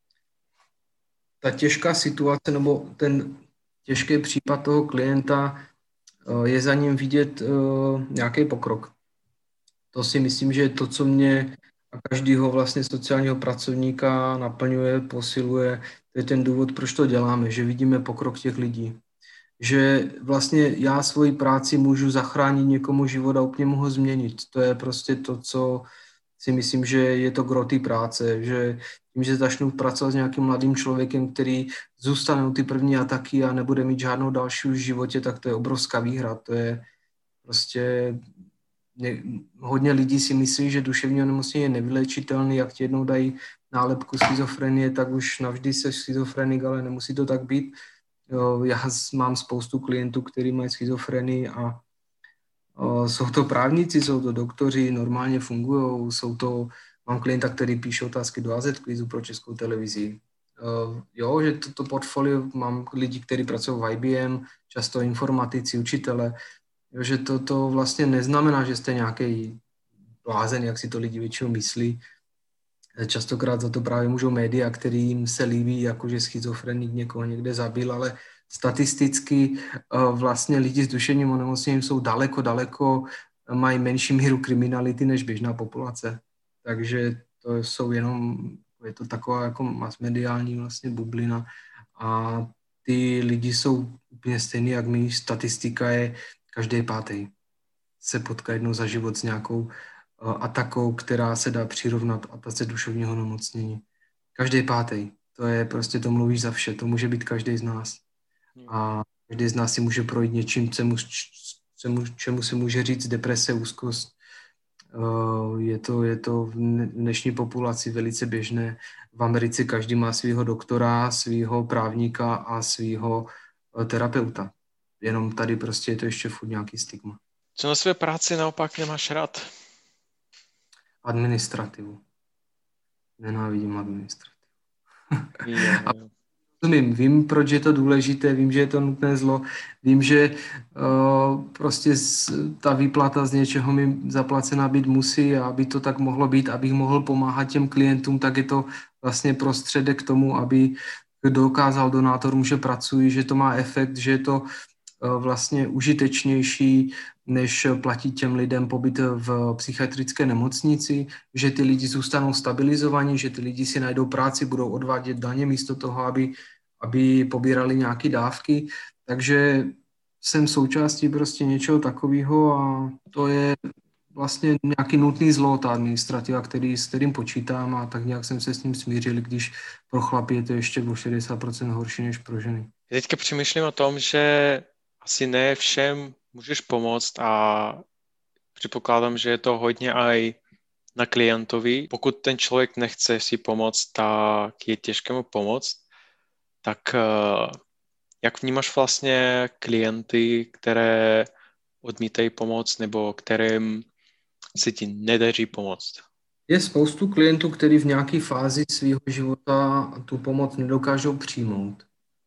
ta těžká situace nebo ten těžký případ toho klienta uh, je za ním vidět uh, nějaký pokrok. To si myslím, že je to, co mě a každého vlastně sociálního pracovníka naplňuje, posiluje. To je ten důvod, proč to děláme, že vidíme pokrok těch lidí. Že vlastně já svoji práci můžu zachránit někomu život a úplně mu ho změnit. To je prostě to, co si myslím, že je to gro té práce, že tím, že začnu pracovat s nějakým mladým člověkem, který zůstane ty první ataky a nebude mít žádnou další v životě, tak to je obrovská výhra. To je prostě... Hodně lidí si myslí, že duševní onemocnění je nevylečitelný, jak ti jednou dají nálepku schizofrenie, tak už navždy se schizofrenik, ale nemusí to tak být. Jo, já mám spoustu klientů, kteří mají schizofrenii a o, jsou to právníci, jsou to doktoři, normálně fungují, jsou to, mám klienta, který píše otázky do á zet Quizu pro Českou televizi. O, jo, že toto portfolio, mám lidi, kteří pracují v í bé em, často informatici, učitele, jo, že to, to vlastně neznamená, že jste nějaký blázen, jak si to lidi většinou myslí. Častokrát za to právě můžou média, kterým se líbí, jakože schizofrenik někoho někde zabil, ale statisticky vlastně lidi s duševním onemocněním jsou daleko, daleko, mají menší míru kriminality než běžná populace. Takže to jsou jenom, je to taková jako masmediální vlastně bublina a ty lidi jsou úplně stejný, jak my. Statistika je každý pátý se potká jednou za život s nějakou atakou, která se dá přirovnat atace duševního onemocnění. Každý pátý. To je prostě, to mluvíš za vše. To může být každý z nás. A každý z nás si může projít něčím, čemu, čemu, čemu se může říct deprese, úzkost. Je to, je to v dnešní populaci velice běžné. V Americe každý má svého doktora, svého právníka a svého terapeuta. Jenom tady prostě je to ještě furt nějaký stigma. Co na své práci naopak nemáš rád? Administrativu. Nenávidím administrativu. Yeah. Vím, vím, proč je to důležité, vím, že je to nutné zlo, vím, že uh, prostě z, ta výplata z něčeho mi zaplacená být musí a aby to tak mohlo být, abych mohl pomáhat těm klientům, tak je to vlastně prostředek k tomu, aby dokázal donátorům, že pracují, že to má efekt, že je to vlastně užitečnější, než platit těm lidem pobyt v psychiatrické nemocnici, že ty lidi zůstanou stabilizovaní, že ty lidi si najdou práci, budou odvádět daně místo toho, aby, aby pobírali nějaké dávky. Takže jsem součástí prostě něčeho takového a to je vlastně nějaký nutný zlo, ta administrativa, který, s kterým počítám a tak nějak jsem se s ním smířil, když pro chlapy je to ještě o šedesát procent horší než pro ženy. Já teďka přemýšlím o tom, že asi ne všem můžeš pomoct a předpokládám, že je to hodně aj na klientovi. Pokud ten člověk nechce si pomoct, tak je těžké mu pomoct. Tak jak vnímáš vlastně klienty, které odmítají pomoc nebo kterým se ti nedaří pomoct? Je spoustu klientů, kteří v nějaké fázi svého života tu pomoc nedokážou přijmout.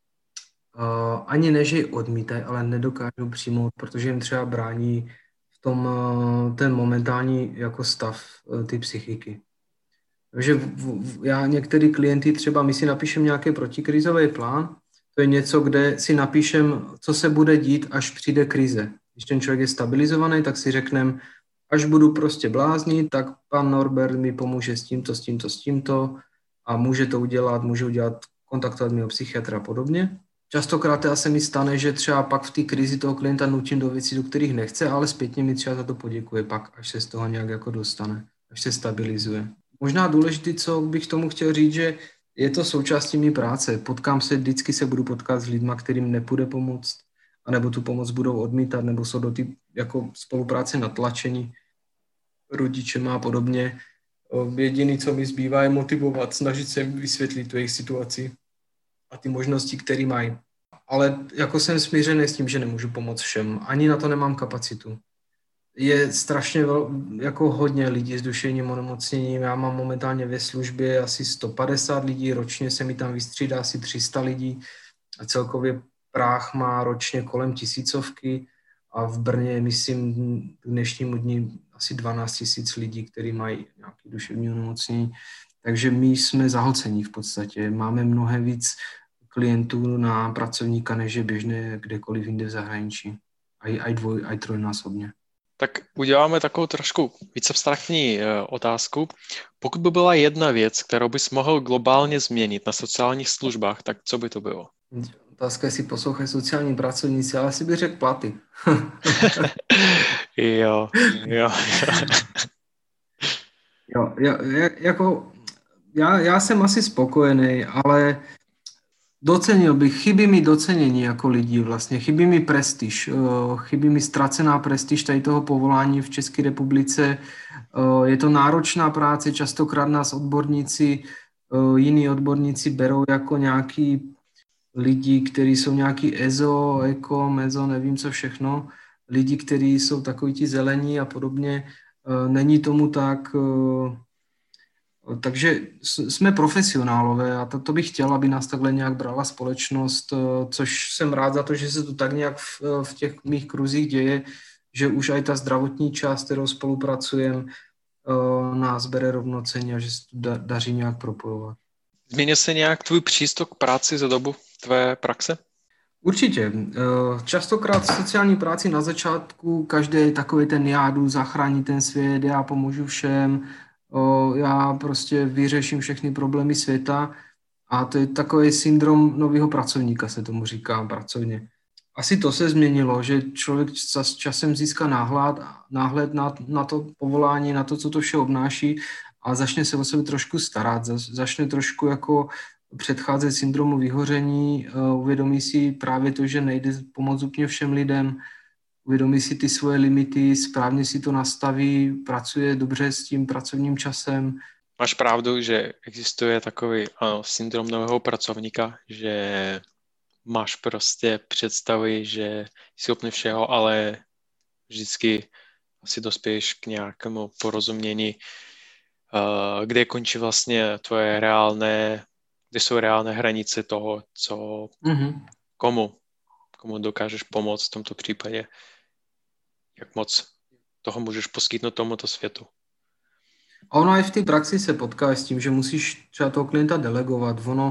Uh, ani ne, že ji odmítají, ale nedokážou přijmout, protože jim třeba brání v tom uh, ten momentální jako stav uh, ty psychiky. Takže v, v, já některý klienty třeba, my si napíšeme nějaký protikrizový plán, to je něco, kde si napíšem, co se bude dít, až přijde krize. Když ten člověk je stabilizovaný, tak si řekneme, až budu prostě bláznit, tak pan Norbert mi pomůže s tímto, s tímto, s tímto a může to udělat, může udělat, kontaktovat mého psychiatra a podobně. Častokrát se mi stane, že třeba pak v té krizi toho klienta nutím do věcí, do kterých nechce, ale zpětně mi třeba za to poděkuje pak, až se z toho nějak jako dostane, až se stabilizuje. Možná důležité, co bych tomu chtěl říct, že je to součástí mé práce. Potkám se, vždycky se budu potkat s lidma, kterým nepůjde pomoct, anebo tu pomoc budou odmítat, nebo jsou do té jako spolupráce natlačení rodičem a podobně. Jediný, co mi zbývá, je motivovat, snažit se vysvětlit tu jejich situaci a ty možnosti, které mají. Ale jako jsem smířený s tím, že nemůžu pomoct všem. Ani na to nemám kapacitu. Je strašně vel, jako hodně lidí s duševním onemocněním. Já mám momentálně ve službě asi sto padesát lidí, ročně se mi tam vystřídá asi tři sta lidí a celkově Práh má ročně kolem tisícovky a v Brně, myslím, k dnešnímu dni asi dvanáct tisíc lidí, kteří mají nějaké duševní onemocnění. Takže my jsme zahlcení v podstatě. Máme mnohem víc klientů na pracovníka, než je běžné kdekoliv jinde v zahraničí. Aj, aj, dvoj, aj trojnásobně. Tak uděláme takovou trošku víc abstraktní uh, otázku. Pokud by byla jedna věc, kterou bys mohl globálně změnit na sociálních službách, tak co by to bylo? Otázka, jestli poslouchají sociální pracovníci, ale asi bych řekl platy. jo, jo, jo. jo, jako, já, já jsem asi spokojený, ale docenil bych, chybí mi docenění jako lidí vlastně, chybí mi prestiž, chybí mi ztracená prestiž tady toho povolání v České republice. Je to náročná práce, častokrát nás odborníci, jiní odborníci berou jako nějaký lidi, kteří jsou nějaký ezo, eko, mezo, nevím co všechno, lidi, kteří jsou takoví ti zelení a podobně. Není tomu tak, takže jsme profesionálové a to, to bych chtěl, aby nás takhle nějak brala společnost, což jsem rád za to, že se to tak nějak v, v těch mých kruzích děje, že už aj ta zdravotní část, kterou spolupracujeme, nás bere rovnocenně a že se to da, daří nějak propojovat. Změnil se nějak tvůj přístup k práci za dobu tvé praxe? Určitě. Častokrát v sociální práci na začátku každý takový ten já jdu zachránit ten svět, já pomůžu všem, já prostě vyřeším všechny problémy světa a to je takový syndrom nového pracovníka, se tomu říká pracovně. Asi to se změnilo, že člověk s časem získá náhled, náhled na, na to povolání, na to, co to vše obnáší a začne se o sebe trošku starat, začne trošku jako předcházet syndromu vyhoření, uvědomí si právě to, že nejde pomoct úplně všem lidem, uvědomí si ty svoje limity, správně si to nastaví, pracuje dobře s tím pracovním časem. Máš pravdu, že existuje takový ano, syndrom nového pracovníka, že máš prostě představy, že jsi schopný všeho, ale vždycky asi dospěješ k nějakému porozumění, kde končí vlastně tvoje reálné, kde jsou reálné hranice toho, co mm-hmm. komu, komu dokážeš pomoct v tomto případě, jak moc toho můžeš poskytnout tomuto světu. A ono i v té praxi se potká s tím, že musíš třeba toho klienta delegovat. Ono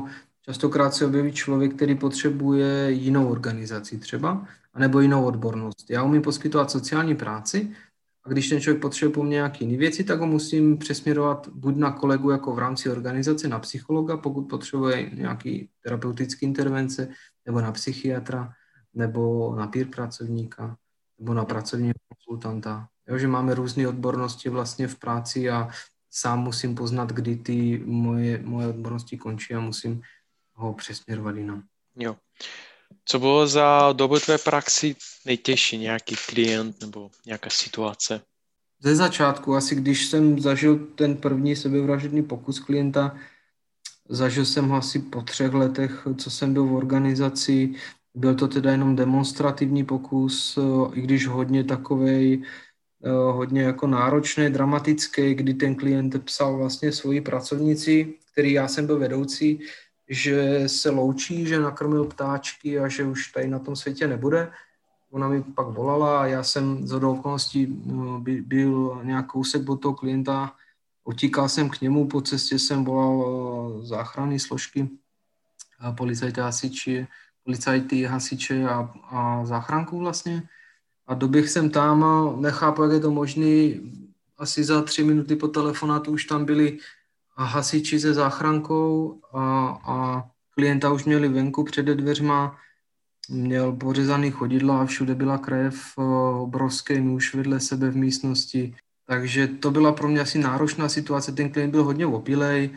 Častokrát se objeví člověk, který potřebuje jinou organizaci třeba, anebo jinou odbornost. Já umím poskytovat sociální práci a když ten člověk potřebuje po mně nějaké jiné věci, tak ho musím přesměrovat buď na kolegu jako v rámci organizace, na psychologa, pokud potřebuje nějaký terapeutické intervence, nebo na psychiatra, nebo na peer pracovníka, nebo na pracovního konsultanta. Jo, že máme různé odbornosti vlastně v práci a sám musím poznat, kdy ty moje, moje odbornosti končí a musím ho přesměrovat jinam. Jo. Co bylo za dobu tvé praxi nejtěžší, nějaký klient nebo nějaká situace? Ze začátku, asi když jsem zažil ten první sebevražedný pokus klienta, zažil jsem ho asi po třech letech, co jsem byl v organizaci. Byl to teda jenom demonstrativní pokus, i když hodně takovej, hodně jako náročný, dramatický, kdy ten klient psal vlastně svoji pracovnici, který já jsem byl vedoucí, že se loučí, že nakrmil ptáčky a že už tady na tom světě nebude. Ona mi pak volala a já jsem z okolností by, byl nějak kousek od toho klienta, utíkal jsem k němu, po cestě jsem volal záchranné složky, policajty, hasiči, policajty, hasiče a, a záchranku vlastně. A doběh jsem tam a nechápu, jak je to možný. Asi za tři minuty po telefonátu už tam byli hasiči se záchrankou a, a klienta už měli venku před dveřma. Měl pořezaný chodidla a všude byla krev, obrovský nůž vedle sebe v místnosti. Takže to byla pro mě asi náročná situace. Ten klient byl hodně opilej,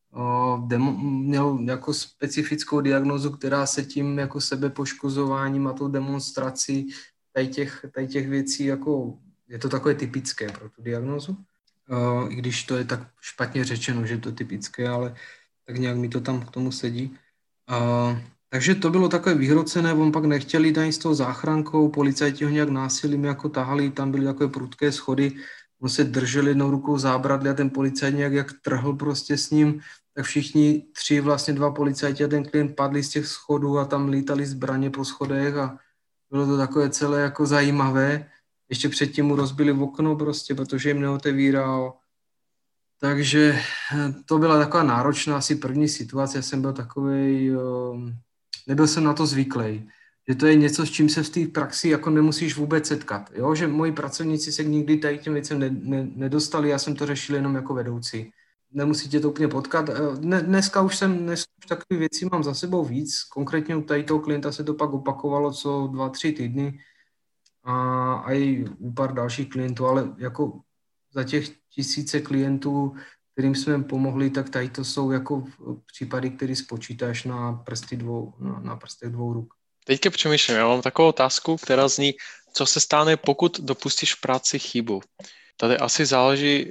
měl jako specifickou diagnózu, která se tím jako sebepoškozováním a tou demonstrací tady těch, tady těch věcí, jako je to takové typické pro tu diagnózu. I když to je tak špatně řečeno, že je to typické, ale tak nějak mi to tam k tomu sedí. Takže to bylo takové vyhrocené, on pak nechtěli jít ani s tou záchrankou, policajti ho nějak násilím jako tahali, tam byly takové prudké schody, on se držel jednou rukou zábradlí a ten policajt nějak jak trhl prostě s ním, tak všichni tři, vlastně dva policajti a ten klient padli z těch schodů a tam lítali zbraně po schodech a bylo to takové celé jako zajímavé. Ještě předtím mu rozbili okno prostě, protože jim neotevíral. Takže to byla taková náročná asi první situace. Já jsem byl takovej, nebyl jsem na to zvyklý. Že to je něco, s čím se v té praxi jako nemusíš vůbec setkat. Jo? Že moji pracovníci se nikdy tady těm věcem ne, ne, nedostali, já jsem to řešil jenom jako vedoucí. Nemusíte to úplně potkat. Dneska už jsem, dneska už takové věci mám za sebou víc. Konkrétně u tady toho klienta se to pak opakovalo co dva, tři týdny. A, a i u pár dalších klientů, ale jako za těch tisíce klientů, kterým jsme pomohli, tak tady to jsou jako případy, které spočítáš na, prsty dvou, na, na prstech dvou ruk. Teďka přemýšlím, já mám takovou otázku, která zní, co se stane, pokud dopustíš v práci chybu. Tady asi záleží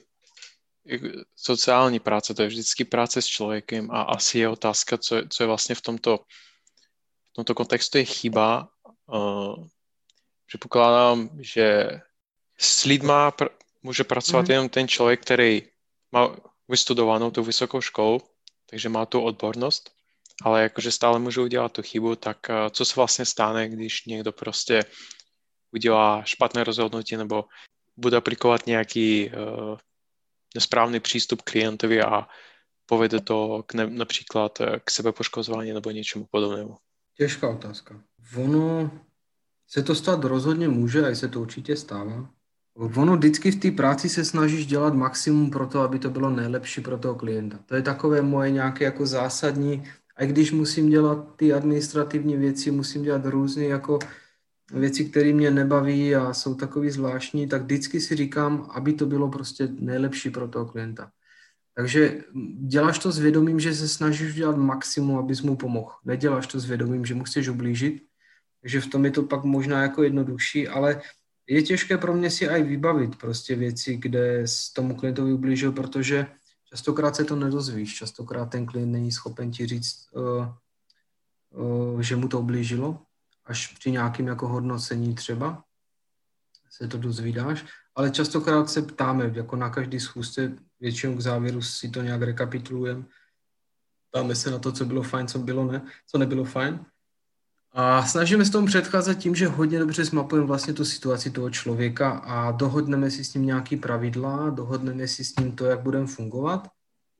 sociální práce, to je vždycky práce s člověkem a asi je otázka, co je, co je vlastně v tomto, v tomto kontextu je chyba. Uh, Předpokládám, že s lidma pr- může pracovat mm-hmm. jenom ten člověk, který má vystudovanou tu vysokou školu, takže má tu odbornost, ale jakože stále může udělat tu chybu, tak uh, co se vlastně stane, když někdo prostě udělá špatné rozhodnutí nebo bude aplikovat nějaký uh, nesprávný přístup k klientovi a povede to k ne- například k sebepoškozování nebo něčemu podobnému. Těžká otázka. Ono se to stát rozhodně může a se to určitě stává. Ono vždycky v té práci se snažíš dělat maximum pro to, aby to bylo nejlepší pro toho klienta. To je takové moje nějaké jako zásadní, a když musím dělat ty administrativní věci, musím dělat různé jako věci, které mě nebaví a jsou takový zvláštní, tak vždycky si říkám, aby to bylo prostě nejlepší pro toho klienta. Takže děláš to s vědomím, že se snažíš dělat maximum, abys mu pomohl. Neděláš to s vědomím, že mu chceš ublížit, takže v tom je to pak možná jako jednodušší, ale je těžké pro mě si aj vybavit prostě věci, kde tomu klientovi ublížil, protože častokrát se to nedozvíš, častokrát ten klient není schopen ti říct, uh, uh, že mu to ublížilo, až při nějakém jako hodnocení třeba se to dozvídáš, ale častokrát se ptáme, jako na každý schůzce, většinou k závěru si to nějak rekapitulujeme, ptáme se na to, co bylo fajn, co bylo ne, co nebylo fajn. A snažíme se tomu předcházet tím, že hodně dobře zmapujeme vlastně tu situaci toho člověka a dohodneme si s ním nějaký pravidla, dohodneme si s ním to, jak budeme fungovat.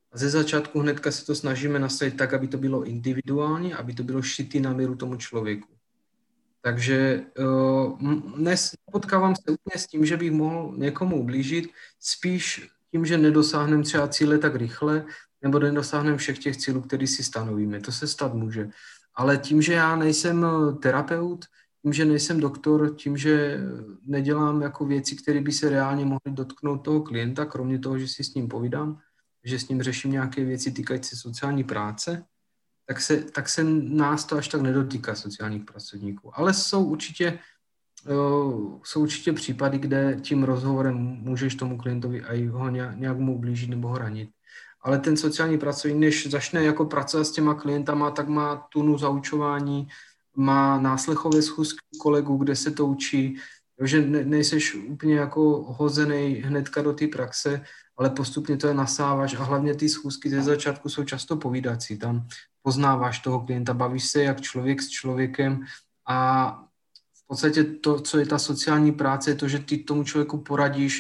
A ze začátku hnedka se to snažíme nastavit tak, aby to bylo individuální, aby to bylo šitý na míru tomu člověku. Takže dnes nepotkávám se úplně s tím, že bych mohl někomu ublížit, spíš tím, že nedosáhneme třeba cíle tak rychle, nebo nedosáhneme všech těch cílů, které si stanovíme. To se stát může. Ale tím, že já nejsem terapeut, tím, že nejsem doktor, tím, že nedělám jako věci, které by se reálně mohly dotknout toho klienta, kromě toho, že si s ním povídám, že s ním řeším nějaké věci týkající sociální práce, tak se, tak se nás to až tak nedotýká sociálních pracovníků. Ale jsou určitě, uh, jsou určitě případy, kde tím rozhovorem můžeš tomu klientovi aj ho nějak, nějak mu ublížit nebo ho ranit. Ale ten sociální pracovník, než začne jako pracovat s těma klientama, tak má tunu zaučování, má náslechové schůzky kolegů, kde se to učí, že ne, nejseš úplně jako hozený hnedka do té praxe, ale postupně to je nasáváš a hlavně ty schůzky ze začátku jsou často povídací. Tam poznáváš toho klienta, bavíš se jak člověk s člověkem a v podstatě to, co je ta sociální práce, je to, že ty tomu člověku poradíš,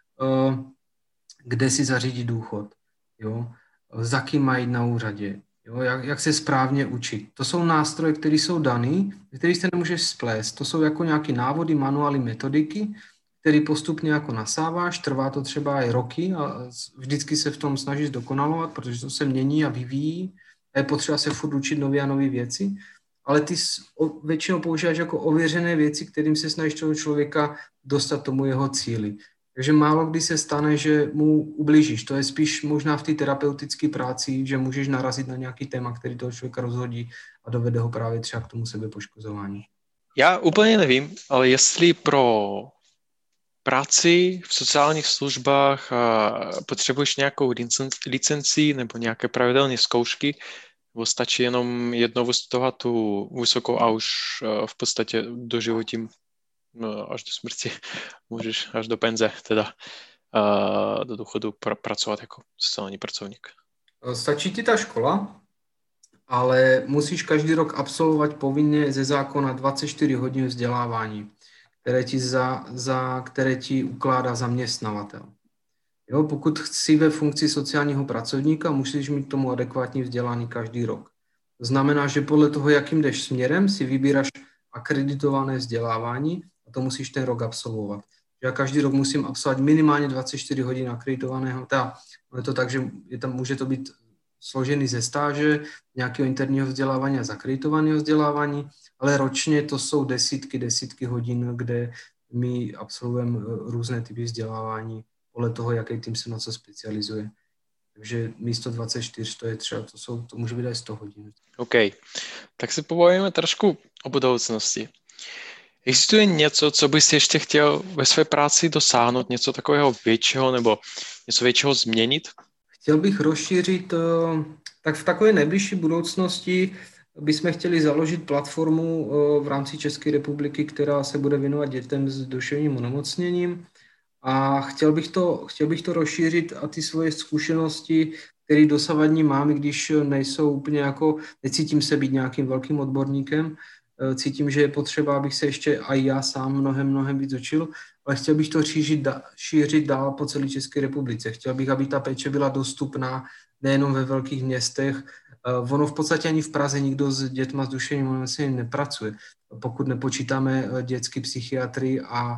kde si zařídit důchod, jo? Za kým má jít na úřadě, jo? Jak, jak se správně učit. To jsou nástroje, které jsou daný, které se nemůžeš splést. To jsou jako nějaké návody, manuály, metodiky, který postupně jako nasáváš, trvá to třeba i roky a vždycky se v tom snažíš dokonalovat, protože to se mění a vyvíjí a je potřeba se furt učit nové a nové věci, ale ty většinou používáš jako ověřené věci, kterým se snažíš toho člověka dostat tomu jeho cíli. Takže málo kdy se stane, že mu ublížíš. To je spíš možná v té terapeutické práci, že můžeš narazit na nějaký téma, který toho člověka rozhodí a dovede ho právě třeba k tomu sebepoškozování. Já úplně nevím, ale jestli pro práci v sociálních službách potřebuješ nějakou licenci nebo nějaké pravidelné zkoušky, nebo stačí jenom jednou vystudovat tu vysokou a už v podstatě doživotím až do smrti můžeš až do penze, teda do důchodu pr- pracovat jako sociální pracovník. Stačí ti ta škola, ale musíš každý rok absolvovat povinně ze zákona dvacet čtyři hodin vzdělávání, které ti, za, za, které ti ukládá zaměstnavatel. Jo, pokud jsi ve funkci sociálního pracovníka, musíš mít k tomu adekvátní vzdělání každý rok. To znamená, že podle toho, jakým jdeš směrem, si vybíráš akreditované vzdělávání a to musíš ten rok absolvovat. Já každý rok musím absolvovat minimálně dvacet čtyři hodin akreditovaného. Teda, je to tak, že je tam, může to být složený ze stáže, nějakého interního vzdělávání a zakreditovaného vzdělávání, ale ročně to jsou desítky, desítky hodin, kde my absolvujeme různé typy vzdělávání podle toho, jaký tým se na co specializuje. Takže místo dvacet čtyři to je třeba, to, jsou, to může být aj sto hodin. OK, tak si pobavíme trošku o budoucnosti. Existuje něco, co bys ještě chtěl ve své práci dosáhnout, něco takového většího nebo něco většího změnit? Chtěl bych rozšířit, tak v takové nejbližší budoucnosti bychom chtěli založit platformu v rámci České republiky, která se bude věnovat dětem s duševním onemocněním. A chtěl bych to, chtěl bych to rozšířit a ty svoje zkušenosti, které dosavadní mám, když nejsou úplně jako, necítím se být nějakým velkým odborníkem, cítím, že je potřeba, abych se ještě i já sám mnohem, mnohem víc učil, ale chtěl bych to šířit, šířit dál po celé České republice. Chtěl bych, aby ta péče byla dostupná nejenom ve velkých městech. Ono v podstatě ani v Praze nikdo s dětma s duševním onemocněním nepracuje. Pokud nepočítáme dětské psychiatry a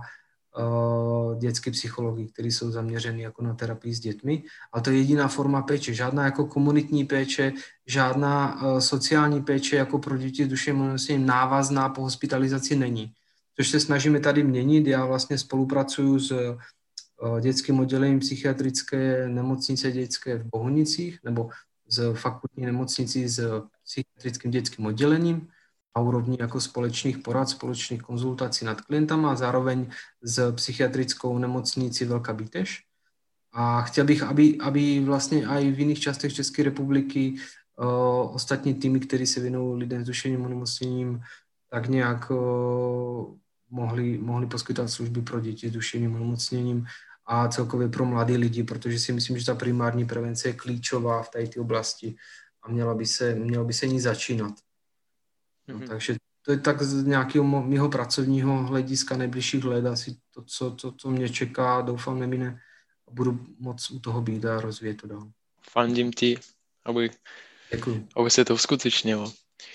dětské psychologi, které jsou zaměřeny jako na terapii s dětmi. A to je jediná forma péče. Žádná jako komunitní péče, žádná sociální péče jako pro děti s duševním onemocněním návazná po hospitalizaci není. Což se snažíme tady měnit. Já vlastně spolupracuju s dětským oddělením psychiatrické nemocnice dětské v Bohunicích nebo s fakultní nemocnicí s psychiatrickým dětským oddělením na úrovni jako společných porad, společných konzultací nad klientama a zároveň s psychiatrickou nemocnicí Velká Bíteš. A chtěl bych, aby, aby vlastně i v jiných částech České republiky uh, ostatní týmy, které se věnují lidem s duševním onemocněním, tak nějak uh, mohli, mohli poskytovat služby pro děti s duševním onemocněním a celkově pro mladé lidi, protože si myslím, že ta primární prevence je klíčová v této oblasti a měla by se, mělo by se ní začínat. No, takže to je tak z nějakého mého pracovního hlediska nejbližších let asi to, co, to, co mě čeká, doufám nemine a budu moc u toho být a rozvíjet to dál. fandím ti, aby, Děkuji. aby se to uskutečnilo.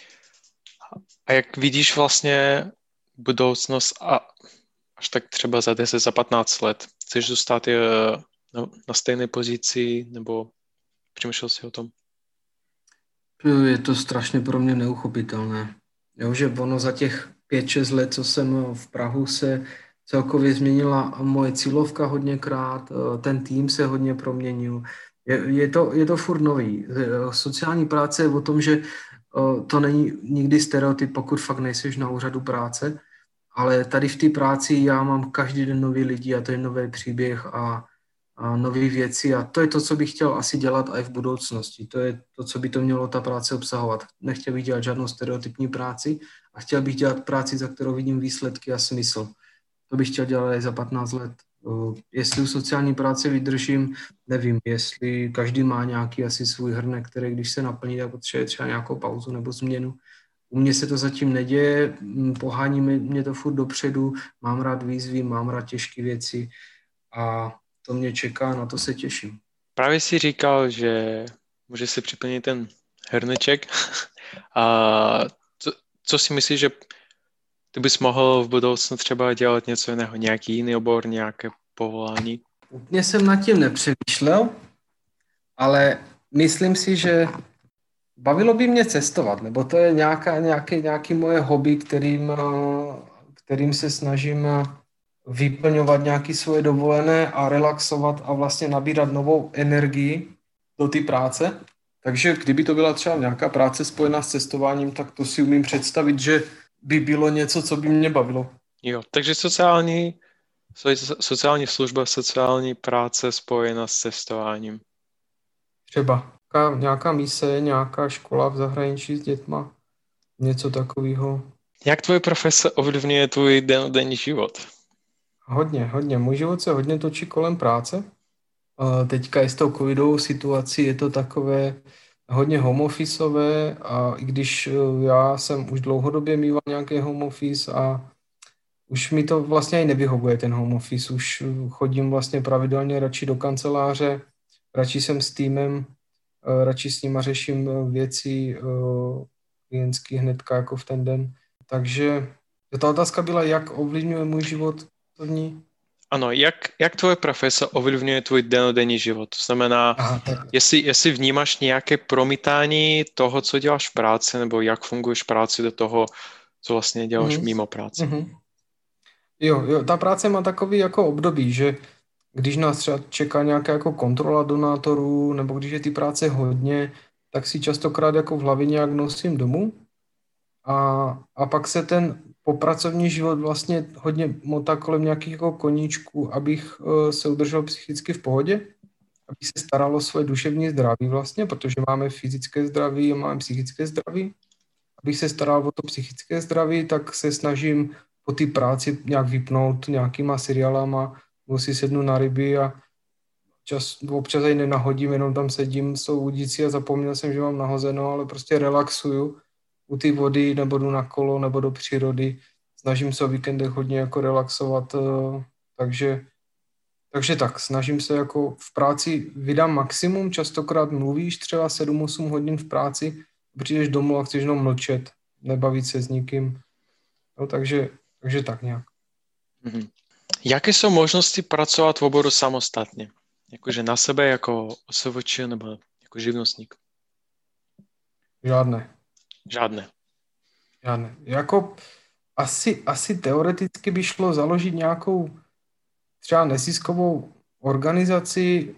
A jak vidíš vlastně budoucnost a až tak třeba za deset, za patnáct let? Chceš zůstat je na, na stejné pozici, nebo přemýšlel jsi o tom? Je to strašně pro mě neuchopitelné. Jo, že ono za těch pět šest let, co jsem v Prahu, se celkově změnila moje cílovka hodněkrát, ten tým se hodně proměnil. Je, je, to, je to furt nový. Sociální práce je o tom, že to není nikdy stereotyp, pokud fakt nejseš na úřadu práce, ale tady v té práci já mám každý den nový lidi a to je nový příběh a, a nové věci a to je to, co bych chtěl asi dělat i v budoucnosti. To je to, co by to mělo ta práce obsahovat. Nechtěl bych dělat žádnou stereotypní práci a chtěl bych dělat práci, za kterou vidím výsledky a smysl. To bych chtěl dělat i za patnáct let. Jestli u sociální práce vydržím, nevím. Jestli každý má nějaký asi svůj hrnek, který když se naplní, tak potřebuje třeba nějakou pauzu nebo změnu. U mě se to zatím neděje, pohání mě to furt dopředu, mám rád výzvy, mám rád těžké věci a to mě čeká, na to se těším. Právě si říkal, že může se připlnit ten hrneček. A co, co si myslíš, že ty bys mohl v budoucnu třeba dělat něco jiného, nějaký jiný obor, nějaké povolání? Úplně jsem nad tím nepřemýšlel, ale myslím si, že bavilo by mě cestovat, nebo to je nějaká, nějaké, nějaké moje hobby, kterým, kterým se snažím vyplňovat nějaké svoje dovolené a relaxovat a vlastně nabírat novou energii do té práce. Takže kdyby to byla třeba nějaká práce spojená s cestováním, tak to si umím představit, že by bylo něco, co by mě bavilo. Jo, takže sociální, sociální služba, sociální práce spojená s cestováním. Třeba nějaká, nějaká mise, nějaká škola v zahraničí s dětma, něco takového. Jak tvoje profese ovlivňuje tvůj den, denní život? Hodně, hodně. Můj život se hodně točí kolem práce. Teďka i s tou covidovou situací je to takové hodně home officeové a i když já jsem už dlouhodobě mýval nějaký home office a už mi to vlastně i nevyhovuje ten home office. Už chodím vlastně pravidelně radši do kanceláře, radši jsem s týmem, radši s nima řeším věci klientský hnedka jako v ten den. Takže ta otázka byla, jak ovlivňuje můj život to dní. Ano, jak, jak tvoje profese ovlivňuje tvůj denodenní život? To znamená, Aha, jestli, jestli vnímáš nějaké promítání toho, co děláš v práci, nebo jak funguješ v práci do toho, co vlastně děláš mm-hmm. mimo práci. Mm-hmm. Jo, jo, ta práce má takový jako období, že když nás třeba čeká nějaká jako kontrola donátorů, nebo když je ty práce hodně, tak si častokrát jako v hlavě nějak nosím domů a, a pak se ten popracovní život vlastně hodně motá kolem nějakých jako koníčků, abych uh, se udržel psychicky v pohodě, abych se staral o svoje duševní zdraví vlastně, protože máme fyzické zdraví a máme psychické zdraví. Abych se staral o to psychické zdraví, tak se snažím po té práci nějak vypnout nějakýma seriálama, nebo si sednu na ryby a čas, občas aj nenahodím, jenom tam sedím s tou udicí a zapomněl jsem, že mám nahozeno, ale prostě relaxuju u té vody, nebo jdu na kolo, nebo do přírody. Snažím se o víkendech hodně jako relaxovat, takže, takže tak, snažím se jako v práci vydám maximum, častokrát mluvíš třeba sedm osm hodin v práci, přijdeš domů a chceš jenom mlčet, nebavit se s nikým, no, takže, takže tak nějak. Mm-hmm. Jaké jsou možnosti pracovat v oboru samostatně? Jakože na sebe jako OSVČ nebo jako živnostník? Žádné. Žádné. Žádné. Jako asi, asi teoreticky by šlo založit nějakou třeba neziskovou organizaci,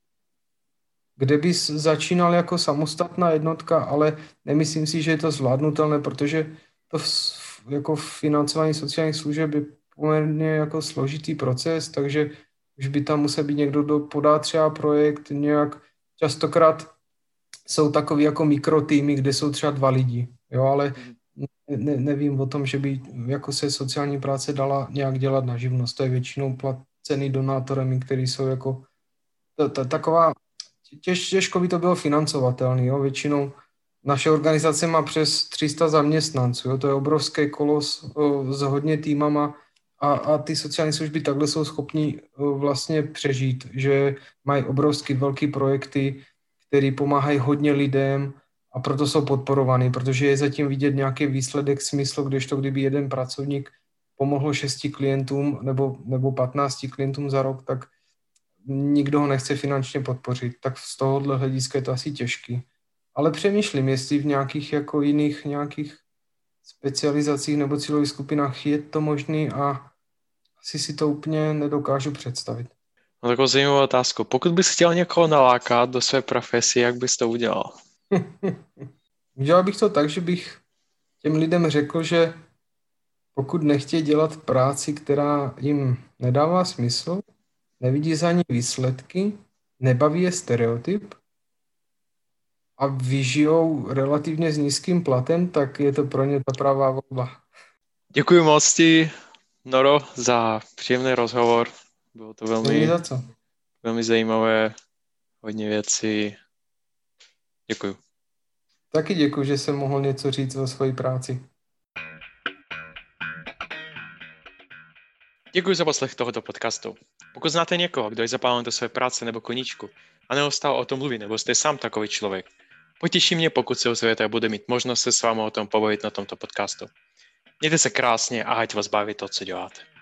kde bys začínal jako samostatná jednotka, ale nemyslím si, že je to zvládnutelné, protože to jako financování sociálních služeb je poměrně jako složitý proces, takže už by tam musel být někdo, kdo podá třeba projekt nějak. Častokrát jsou takový jako mikrotýmy, kde jsou třeba dva lidi, jo, ale ne, nevím o tom, že by jako se sociální práce dala nějak dělat na živnost. To je většinou placený donátorem, který jsou jako ta, ta, taková, těž, těžko by to bylo financovatelný, jo, většinou naše organizace má přes tři sta zaměstnanců, jo, to je obrovský kolos o, s hodně týmama a, a ty sociální služby takhle jsou schopni o, vlastně přežít, že mají obrovský velký projekty, který pomáhají hodně lidem a proto jsou podporovaný, protože je zatím vidět nějaký výsledek smyslu, kdežto kdyby jeden pracovník pomohl šesti klientům nebo, nebo patnácti klientům za rok, tak nikdo ho nechce finančně podpořit. Tak z tohohle hlediska je to asi těžký. Ale přemýšlím, jestli v nějakých jako jiných nějakých specializacích nebo cílových skupinách je to možný a asi si to úplně nedokážu představit. No takovou zajímavou otázku. Pokud bys chtěl někoho nalákat do své profesie, jak bys to udělal? Udělal bych to tak, že bych těm lidem řekl, že pokud nechtějí dělat práci, která jim nedává smysl, nevidí za ní výsledky, nebaví je stereotyp a vyžijou relativně s nízkým platem, tak je to pro ně ta pravá volba. Děkuji moc ti, Noro, za příjemný rozhovor. Bylo to velmi, za co. velmi zajímavé, hodně věcí. Děkuji. Taky děkuji, že jsem mohl něco říct o své práci. Děkuji za poslech tohoto podcastu. Pokud znáte někoho, kdo je zapálen do své práce nebo koníčku a neustále o tom mluví, nebo jste sám takový člověk, potěší mě, pokud se ozvěte a bude mít možnost se s vámi o tom pobavit na tomto podcastu. Mějte se krásně a ať vás baví to, co děláte.